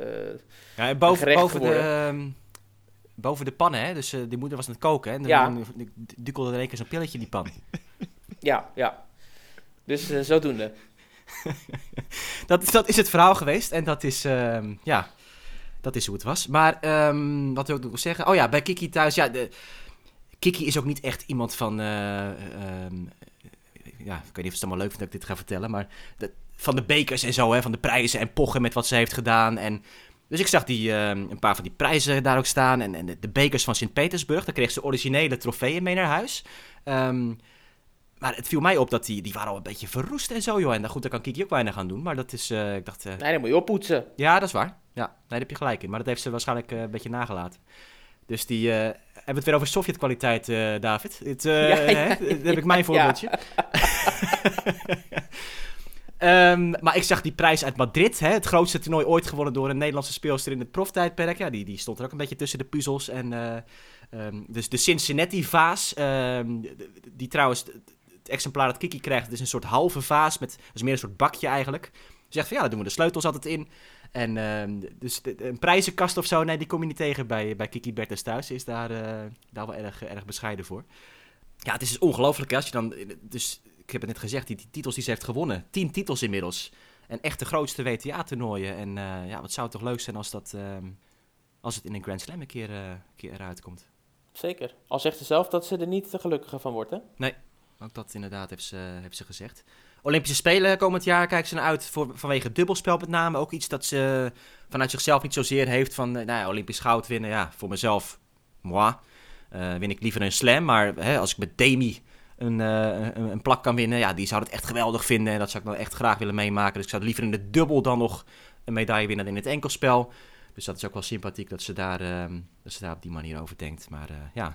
boven de pannen, hè? Dus die moeder was aan het koken, hè? En dan dukkelde in één keer zo'n pilletje in die pan. Ja. Dus zodoende. Dat is het verhaal geweest en dat is, dat is hoe het was. Maar wat wil ik nog zeggen? Oh ja, bij Kiki thuis, Kiki is ook niet echt iemand van, ik weet niet of het allemaal leuk vindt dat ik dit ga vertellen, maar van de bekers en zo, hè, van de prijzen en pochen met wat ze heeft gedaan. En dus ik zag een paar van die prijzen daar ook staan en de bekers van Sint-Petersburg, daar kreeg ze originele trofeeën mee naar huis. Maar het viel mij op dat die waren al een beetje verroest en zo, joh. En goed, daar kan Kiki ook weinig aan doen, maar dat is, ik dacht... Nee, dan moet je oppoetsen. Ja, dat is waar. Ja, nee, daar heb je gelijk in. Maar dat heeft ze waarschijnlijk een beetje nagelaten. Dus die... hebben we het weer over Sovjet-kwaliteit, David? Daar heb ik mijn voorbeeldje. Maar ik zag die prijs uit Madrid, hè, het grootste toernooi ooit gewonnen door een Nederlandse speelster in het proftijdperk. Ja, die stond er ook een beetje tussen de puzzels. En dus de Cincinnati-vaas, die trouwens... Het exemplaar dat Kiki krijgt, het is een soort halve vaas. Dat is meer een soort bakje eigenlijk. Ze zegt van daar doen we de sleutels altijd in. En dus een prijzenkast of zo, nee, die kom je niet tegen bij Kiki Bertens thuis. Ze is daar wel erg bescheiden voor. Ja, het is dus ongelooflijk, hè, als je dan... Dus, ik heb het net gezegd, die titels die ze heeft gewonnen. 10 titels inmiddels. En echt de grootste WTA-toernooien. En wat zou het toch leuk zijn als het in een Grand Slam een keer eruit komt. Zeker. Al zegt ze zelf dat ze er niet te gelukkiger van wordt, hè? Nee. Ook dat inderdaad heeft ze gezegd. Olympische Spelen komend jaar kijken ze naar uit vanwege het dubbelspel met name. Ook iets dat ze vanuit zichzelf niet zozeer heeft van Olympisch goud winnen. Ja, voor mezelf, win ik liever een slam. Maar als ik met Demi een plak kan winnen, die zou het echt geweldig vinden. En dat zou ik dan echt graag willen meemaken. Dus ik zou liever in de dubbel dan nog een medaille winnen dan in het enkelspel. Dus dat is ook wel sympathiek dat ze daar op die manier over denkt. Maar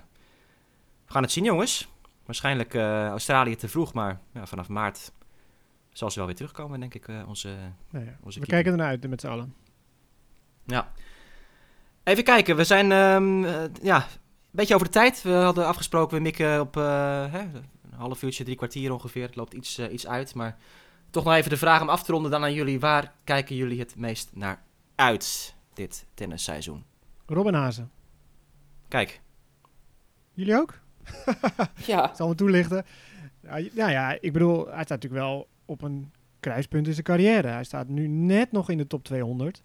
we gaan het zien, jongens. Waarschijnlijk Australië te vroeg, maar vanaf maart zal ze wel weer terugkomen, denk ik. Onze we kijken ernaar uit met z'n allen. Ja. Even kijken, we zijn een beetje over de tijd. We hadden afgesproken, we mikken op een half uurtje, 3 kwartier ongeveer. Het loopt iets uit, maar toch nog even de vraag om af te ronden dan aan jullie. Waar kijken jullie het meest naar uit dit tennisseizoen? Robin Haase. Kijk. Jullie ook? Ja. Ik zal me toelichten. Ik bedoel, hij staat natuurlijk wel op een kruispunt in zijn carrière. Hij staat nu net nog in de top 200.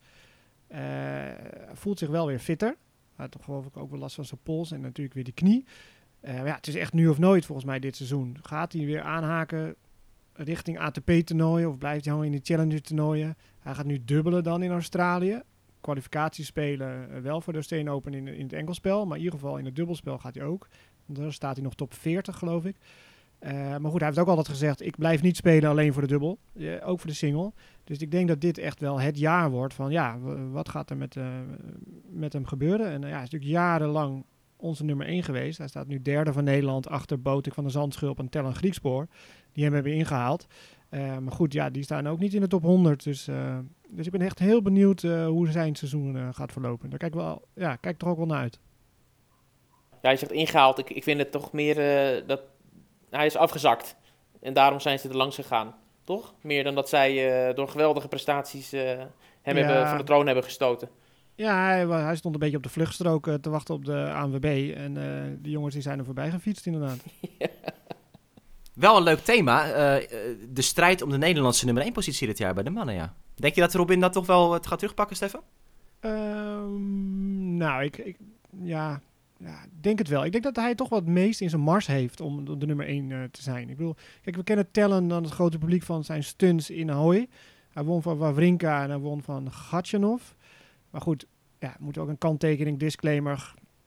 Voelt zich wel weer fitter. Hij had toch geloof ik ook wel last van zijn pols en natuurlijk weer die knie. Het is echt nu of nooit volgens mij dit seizoen. Gaat hij weer aanhaken richting ATP-toernooien of blijft hij gewoon in de Challenger-toernooien? Hij gaat nu dubbelen dan in Australië. Kwalificaties spelen wel voor de Australian Open in het enkelspel, maar in ieder geval in het dubbelspel gaat hij ook. Dan staat hij nog top 40, geloof ik. Maar goed, hij heeft ook altijd gezegd, ik blijf niet spelen alleen voor de dubbel. Ook voor de single. Dus ik denk dat dit echt wel het jaar wordt van, wat gaat er met hem gebeuren? En hij is natuurlijk jarenlang onze nummer 1 geweest. Hij staat nu derde van Nederland achter Botik van der Zandschulp en Tellen Griekspoor. Die hem hebben ingehaald. Maar goed, die staan ook niet in de top 100. Dus ik ben echt heel benieuwd hoe zijn seizoen gaat verlopen. Daar kijk toch ook wel naar uit. Ja, je zegt ingehaald. Ik vind het toch meer dat hij is afgezakt. En daarom zijn ze er langs gegaan. Toch? Meer dan dat zij door geweldige prestaties hem van de troon hebben gestoten. Ja, hij stond een beetje op de vluchtstrook te wachten op de ANWB. En die jongens die zijn er voorbij gefietst inderdaad. Ja. Wel een leuk thema. De strijd om de Nederlandse nummer 1 positie dit jaar bij de mannen, ja. Denk je dat Robin dat toch wel gaat terugpakken, Stefan? Ik denk het wel. Ik denk dat hij toch wat meest in zijn mars heeft om de nummer 1 te zijn. Ik bedoel, kijk, we kennen Tellen dan het grote publiek van zijn stunts in Ahoy. Hij won van Wawrinka en hij won van Gatchanov. Maar goed, moet ook een kanttekening, disclaimer.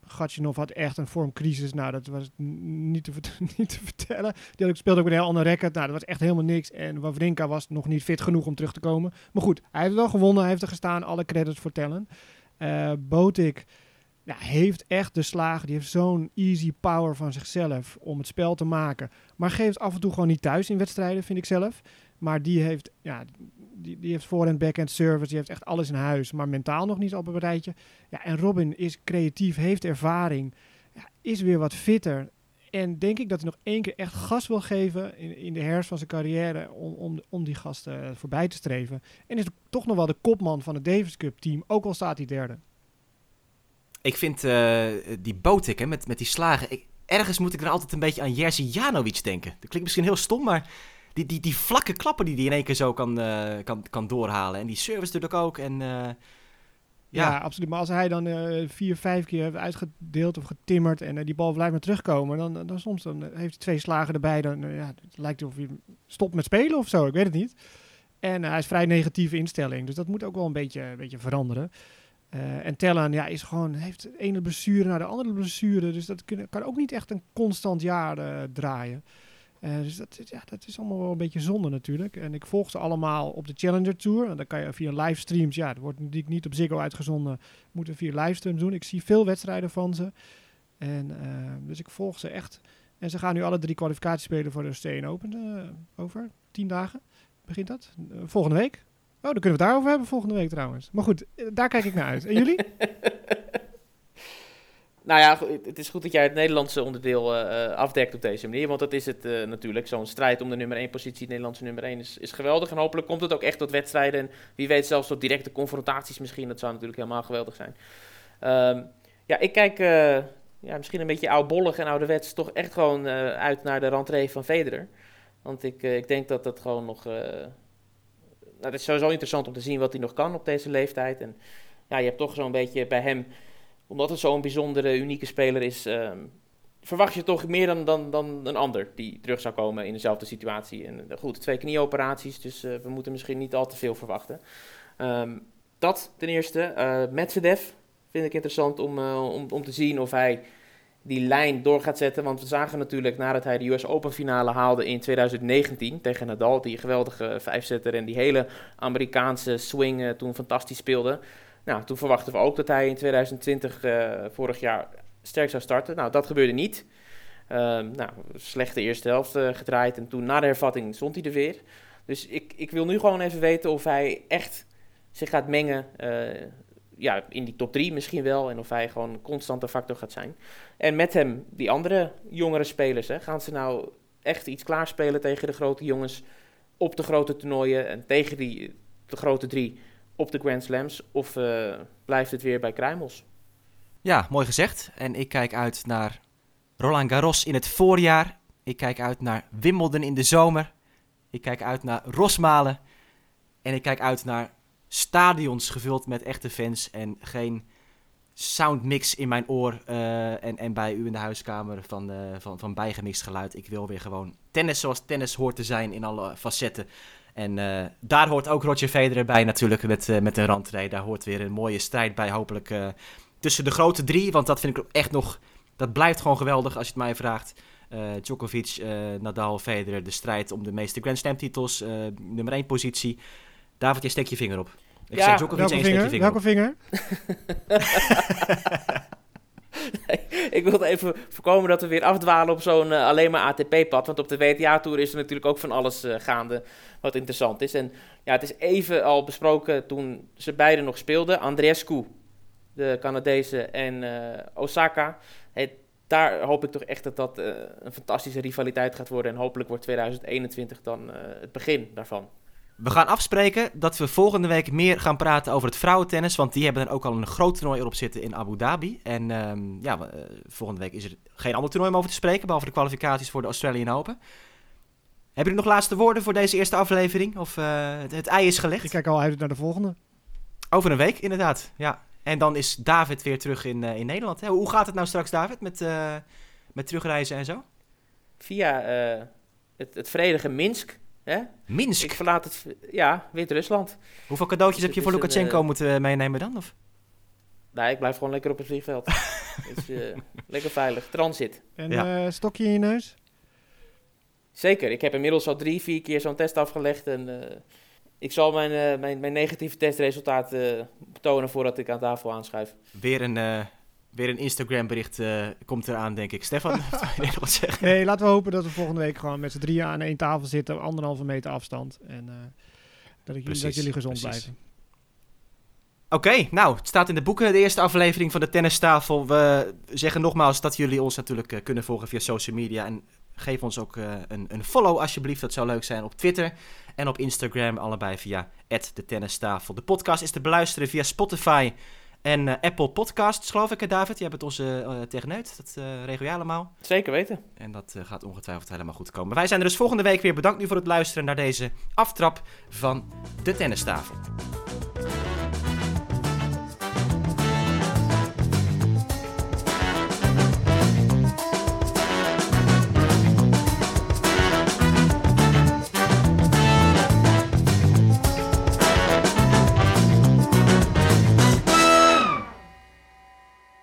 Gatchinov had echt een vormcrisis. Nou, dat was niet te vertellen. Die speelde ook met een heel ander record. Nou, dat was echt helemaal niks. En Wawrinka was nog niet fit genoeg om terug te komen. Maar goed, hij heeft wel gewonnen. Hij heeft er gestaan. Alle credits voor Tellen. Botic heeft echt de slagen. Die heeft zo'n easy power van zichzelf om het spel te maken. Maar geeft af en toe gewoon niet thuis in wedstrijden, vind ik zelf. Maar die heeft, die heeft voorhand, backhand, service. Die heeft echt alles in huis. Maar mentaal nog niet op een rijtje. Ja, en Robin is creatief, heeft ervaring. Ja, is weer wat fitter. En denk ik dat hij nog 1 keer echt gas wil geven in de herfst van zijn carrière om die gasten voorbij te streven. En is toch nog wel de kopman van het Davis Cup team, ook al staat hij derde. Ik vind die Botic met die slagen... Ergens moet ik er altijd een beetje aan Jerzy Janowicz denken. Dat klinkt misschien heel stom, maar die vlakke klappen die hij in één keer zo kan doorhalen. En die service natuurlijk ook. En, ja, absoluut. Maar als hij dan 4, 5 keer heeft uitgedeeld of getimmerd en die bal blijft maar terugkomen, dan soms heeft hij 2 slagen erbij. Dan het lijkt of hij stopt met spelen of zo. Ik weet het niet. En hij is vrij negatieve instelling. Dus dat moet ook wel een beetje veranderen. En Tellen heeft de ene blessure naar de andere blessure. Dus dat kan ook niet echt een constant jaar draaien. Dus dat is allemaal wel een beetje zonde natuurlijk. En ik volg ze allemaal op de Challenger Tour. En dan kan je via livestreams... Ja, dat wordt natuurlijk niet op Ziggo uitgezonden. Moeten via livestreams doen. Ik zie veel wedstrijden van ze. En dus ik volg ze echt. En ze gaan nu alle 3 kwalificaties spelen voor de Australian Open. Over 10 dagen begint dat. Volgende week. Oh, dan kunnen we het daarover hebben volgende week trouwens. Maar goed, daar kijk ik naar uit. En jullie? Nou ja, het is goed dat jij het Nederlandse onderdeel afdekt op deze manier. Want dat is het natuurlijk. Zo'n strijd om de nummer 1 positie, de Nederlandse nummer 1, is geweldig. En hopelijk komt het ook echt tot wedstrijden. En wie weet zelfs tot directe confrontaties misschien. Dat zou natuurlijk helemaal geweldig zijn. Ik kijk misschien een beetje oudbollig en ouderwets toch echt gewoon uit naar de rentree van Federer. Want ik denk dat dat gewoon nog... het is sowieso interessant om te zien wat hij nog kan op deze leeftijd. En ja, je hebt toch zo'n beetje bij hem... Omdat het zo'n bijzondere, unieke speler is, verwacht je toch meer dan een ander die terug zou komen in dezelfde situatie. En goed, 2 knieoperaties, dus we moeten misschien niet al te veel verwachten. Dat ten eerste. Medvedev vind ik interessant om te zien of hij die lijn door gaat zetten. Want we zagen natuurlijk nadat hij de US Open finale haalde in 2019 tegen Nadal, die geweldige 5-setter en die hele Amerikaanse swing toen fantastisch speelde. Nou, toen verwachten we ook dat hij in 2020, vorig jaar, sterk zou starten. Nou, dat gebeurde niet. Slechte eerste helft gedraaid en toen na de hervatting stond hij er weer. Dus ik wil nu gewoon even weten of hij echt zich gaat mengen in die top 3 misschien wel. En of hij gewoon een constante factor gaat zijn. En met hem die andere jongere spelers. Gaan ze nou echt iets klaarspelen tegen de grote jongens op de grote toernooien en tegen de grote 3 op de Grand Slams? Of blijft het weer bij kruimels? Ja, mooi gezegd. En ik kijk uit naar Roland Garros in het voorjaar. Ik kijk uit naar Wimbledon in de zomer. Ik kijk uit naar Rosmalen. En ik kijk uit naar stadions gevuld met echte fans en geen soundmix in mijn oor en bij u in de huiskamer van bijgemixt geluid. Ik wil weer gewoon tennis zoals tennis hoort te zijn in alle facetten. En daar hoort ook Roger Federer bij natuurlijk met een rentree. Daar hoort weer een mooie strijd bij, hopelijk tussen de grote 3. Want dat vind ik echt nog, dat blijft gewoon geweldig als je het mij vraagt. Djokovic, Nadal, Federer, de strijd om de meeste Grand Slam titels, nummer 1 positie. David, jij steekt je vinger op. Ik zeg Djokovic en je steekt je vinger welke op. Vinger? Nee, ik wilde even voorkomen dat we weer afdwalen op zo'n alleen maar ATP-pad. Want op de WTA-tour is er natuurlijk ook van alles gaande wat interessant is. En ja, het is even al besproken toen ze beiden nog speelden. Andreescu, de Canadese, en Osaka. Daar hoop ik toch echt dat een fantastische rivaliteit gaat worden. En hopelijk wordt 2021 dan het begin daarvan. We gaan afspreken dat we volgende week meer gaan praten over het vrouwentennis. Want die hebben er ook al een groot toernooi erop zitten in Abu Dhabi. En volgende week is er geen ander toernooi om over te spreken, behalve de kwalificaties voor de Australian Open. Hebben jullie nog laatste woorden voor deze eerste aflevering? Of het ei is gelegd? Ik kijk al uit naar de volgende. Over een week, inderdaad. Ja. En dan is David weer terug in Nederland. Hè? Hoe gaat het nou straks, David, met terugreizen en zo? Via het vredige Minsk. Hè? Minsk? Ik verlaat het, Wit-Rusland. Hoeveel cadeautjes heb je voor is Lukashenko moeten meenemen dan? Of? Nee, ik blijf gewoon lekker op het vliegveld. Dus, lekker veilig. Transit. En stokje in je neus? Zeker. Ik heb inmiddels al 3-4 keer zo'n test afgelegd. En ik zal mijn negatieve testresultaat tonen voordat ik aan tafel aanschuif. Weer een Instagram bericht komt eraan, denk ik. Stefan, wil je nog wat zeggen? Nee, laten we hopen dat we volgende week gewoon met z'n drieën aan één tafel zitten. 1,5 meter afstand. En dat jullie gezond blijven. Oké, nou, het staat in de boeken, de eerste aflevering van de tennistafel. We zeggen nogmaals dat jullie ons natuurlijk kunnen volgen via social media. En geef ons ook een follow alsjeblieft, dat zou leuk zijn op Twitter. En op Instagram, allebei via @detennistafel. De podcast is te beluisteren via Spotify en Apple Podcasts, geloof ik, David. Jij bent onze techneut, dat regel jij allemaal. Zeker weten. En dat gaat ongetwijfeld helemaal goed komen. Wij zijn er dus volgende week weer. Bedankt nu voor het luisteren naar deze aftrap van de tennistafel.